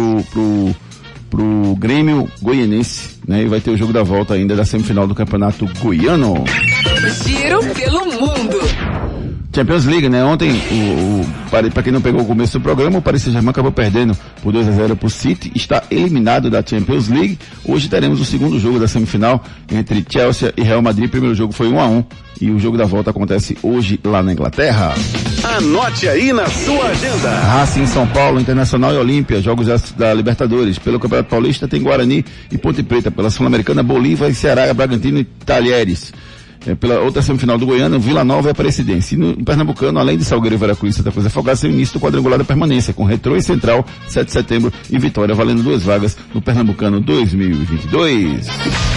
S4: pro Grêmio Goianense, né? E vai ter o jogo da volta ainda da semifinal do Campeonato Goiano.
S5: Giro pelo mundo.
S4: Champions League, né? Ontem, para quem não pegou o começo do programa, o Paris Saint-Germain acabou perdendo por 2-0 pro City, está eliminado da Champions League. Hoje teremos o segundo jogo da semifinal entre Chelsea e Real Madrid. O primeiro jogo foi 1-1 e o jogo da volta acontece hoje lá na Inglaterra.
S12: Anote aí na sua agenda.
S4: Racing, São Paulo, Internacional e Olímpia, jogos da Libertadores. Pelo Campeonato Paulista tem Guarani e Ponte Preta. Pela Sul-Americana, Bolívar e Ceará, Bragantino e Talheres. Pela outra semifinal do Goiânia, Vila Nova e Aparecidense. E no Pernambucano, além de Salgueiro e Veracruz e Santa Cruz Afogados, tem o início do quadrangular da permanência, com Retrô e Central, 7 de setembro, e Vitória, valendo 2 vagas no Pernambucano 2022.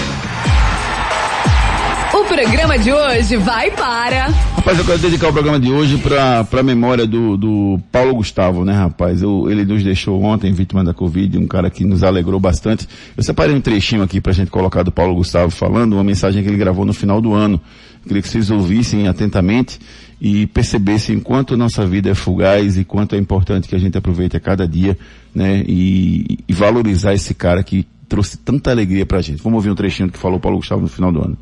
S5: O programa de hoje vai para...
S4: Rapaz, eu quero dedicar o programa de hoje pra memória do Paulo Gustavo, né, rapaz? Ele nos deixou ontem, vítima da Covid, um cara que nos alegrou bastante. Eu separei um trechinho aqui pra gente colocar do Paulo Gustavo falando, uma mensagem que ele gravou no final do ano. Eu queria que vocês ouvissem atentamente e percebessem quanto nossa vida é fugaz e quanto é importante que a gente aproveite a cada dia, né, e valorizar esse cara que trouxe tanta alegria pra gente. Vamos ouvir um trechinho do que falou o Paulo Gustavo no final do ano.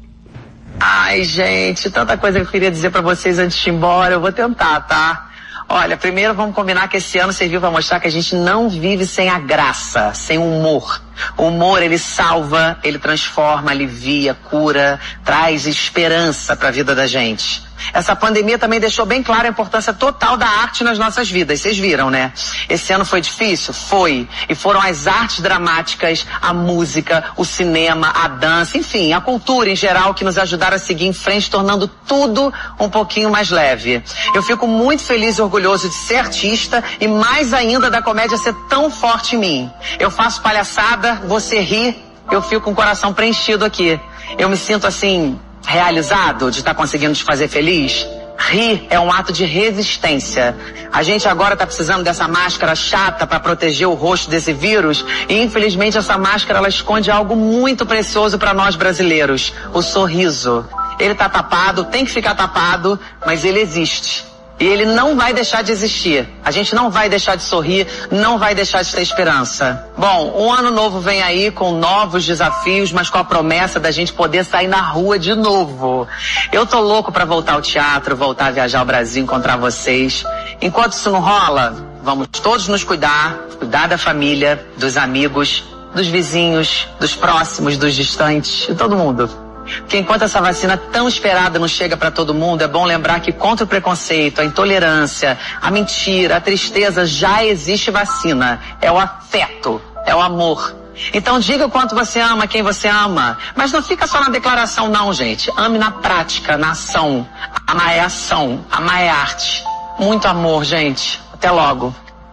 S20: Ai, gente, tanta coisa que eu queria dizer pra vocês antes de ir embora, eu vou tentar, tá? Olha, primeiro vamos combinar que esse ano serviu pra mostrar que a gente não vive sem a graça, sem o humor. O humor, ele salva, ele transforma, alivia, cura, traz esperança pra vida da gente. Essa pandemia também deixou bem clara a importância total da arte nas nossas vidas, vocês viram, né? Esse ano foi difícil? Foi. E foram as artes dramáticas, a música, o cinema, a dança, enfim, a cultura em geral que nos ajudaram a seguir em frente, tornando tudo um pouquinho mais leve. Eu fico muito feliz e orgulhoso de ser artista e mais ainda da comédia ser tão forte em mim. Eu faço palhaçada, você ri, eu fico com o coração preenchido aqui. Eu me sinto assim... realizado de estar conseguindo te fazer feliz. Rir é um ato de resistência. A gente agora está precisando dessa máscara chata para proteger o rosto desse vírus e infelizmente essa máscara ela esconde algo muito precioso para nós brasileiros, o sorriso. Ele está tapado, tem que ficar tapado, mas ele existe. E ele não vai deixar de existir. A gente não vai deixar de sorrir, não vai deixar de ter esperança. Bom, um ano novo vem aí com novos desafios, mas com a promessa da gente poder sair na rua de novo. Eu tô louco pra voltar ao teatro, voltar a viajar ao Brasil, encontrar vocês. Enquanto isso não rola, vamos todos nos cuidar da família, dos amigos, dos vizinhos, dos próximos, dos distantes, de todo mundo. Porque enquanto essa vacina tão esperada não chega para todo mundo, é bom lembrar que contra o preconceito, a intolerância, a mentira, a tristeza, já existe vacina. É o afeto, é o amor. Então diga o quanto você ama quem você ama. Mas não fica só na declaração não, gente. Ame na prática, na ação. Amar é ação, amar é arte. Muito amor, gente. Até logo.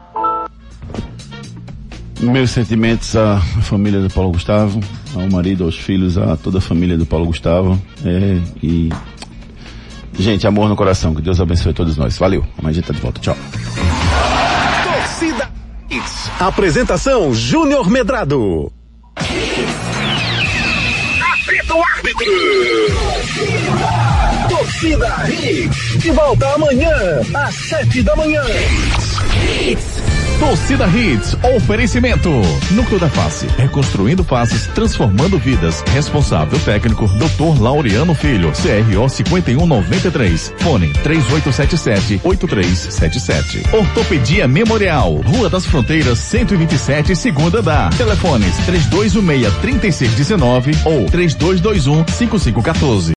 S4: Meus sentimentos à família do Paulo Gustavo, ao marido, aos filhos, a toda a família do Paulo Gustavo. E gente, amor no coração, que Deus abençoe todos nós. Valeu, amanhã a gente tá de volta, tchau.
S12: Torcida Hits. Apresentação Júnior Medrado. Apita o árbitro. Torcida Hits. De volta amanhã às 7 da manhã.
S1: Torcida Hits, oferecimento. Núcleo da Face, reconstruindo faces, transformando vidas. Responsável técnico, Dr. Laureano Filho, CRO 5193. Fone 3877-8377. Ortopedia Memorial, Rua das Fronteiras, 127, 2º andar. Telefones 3216-3619 ou 3221-5514.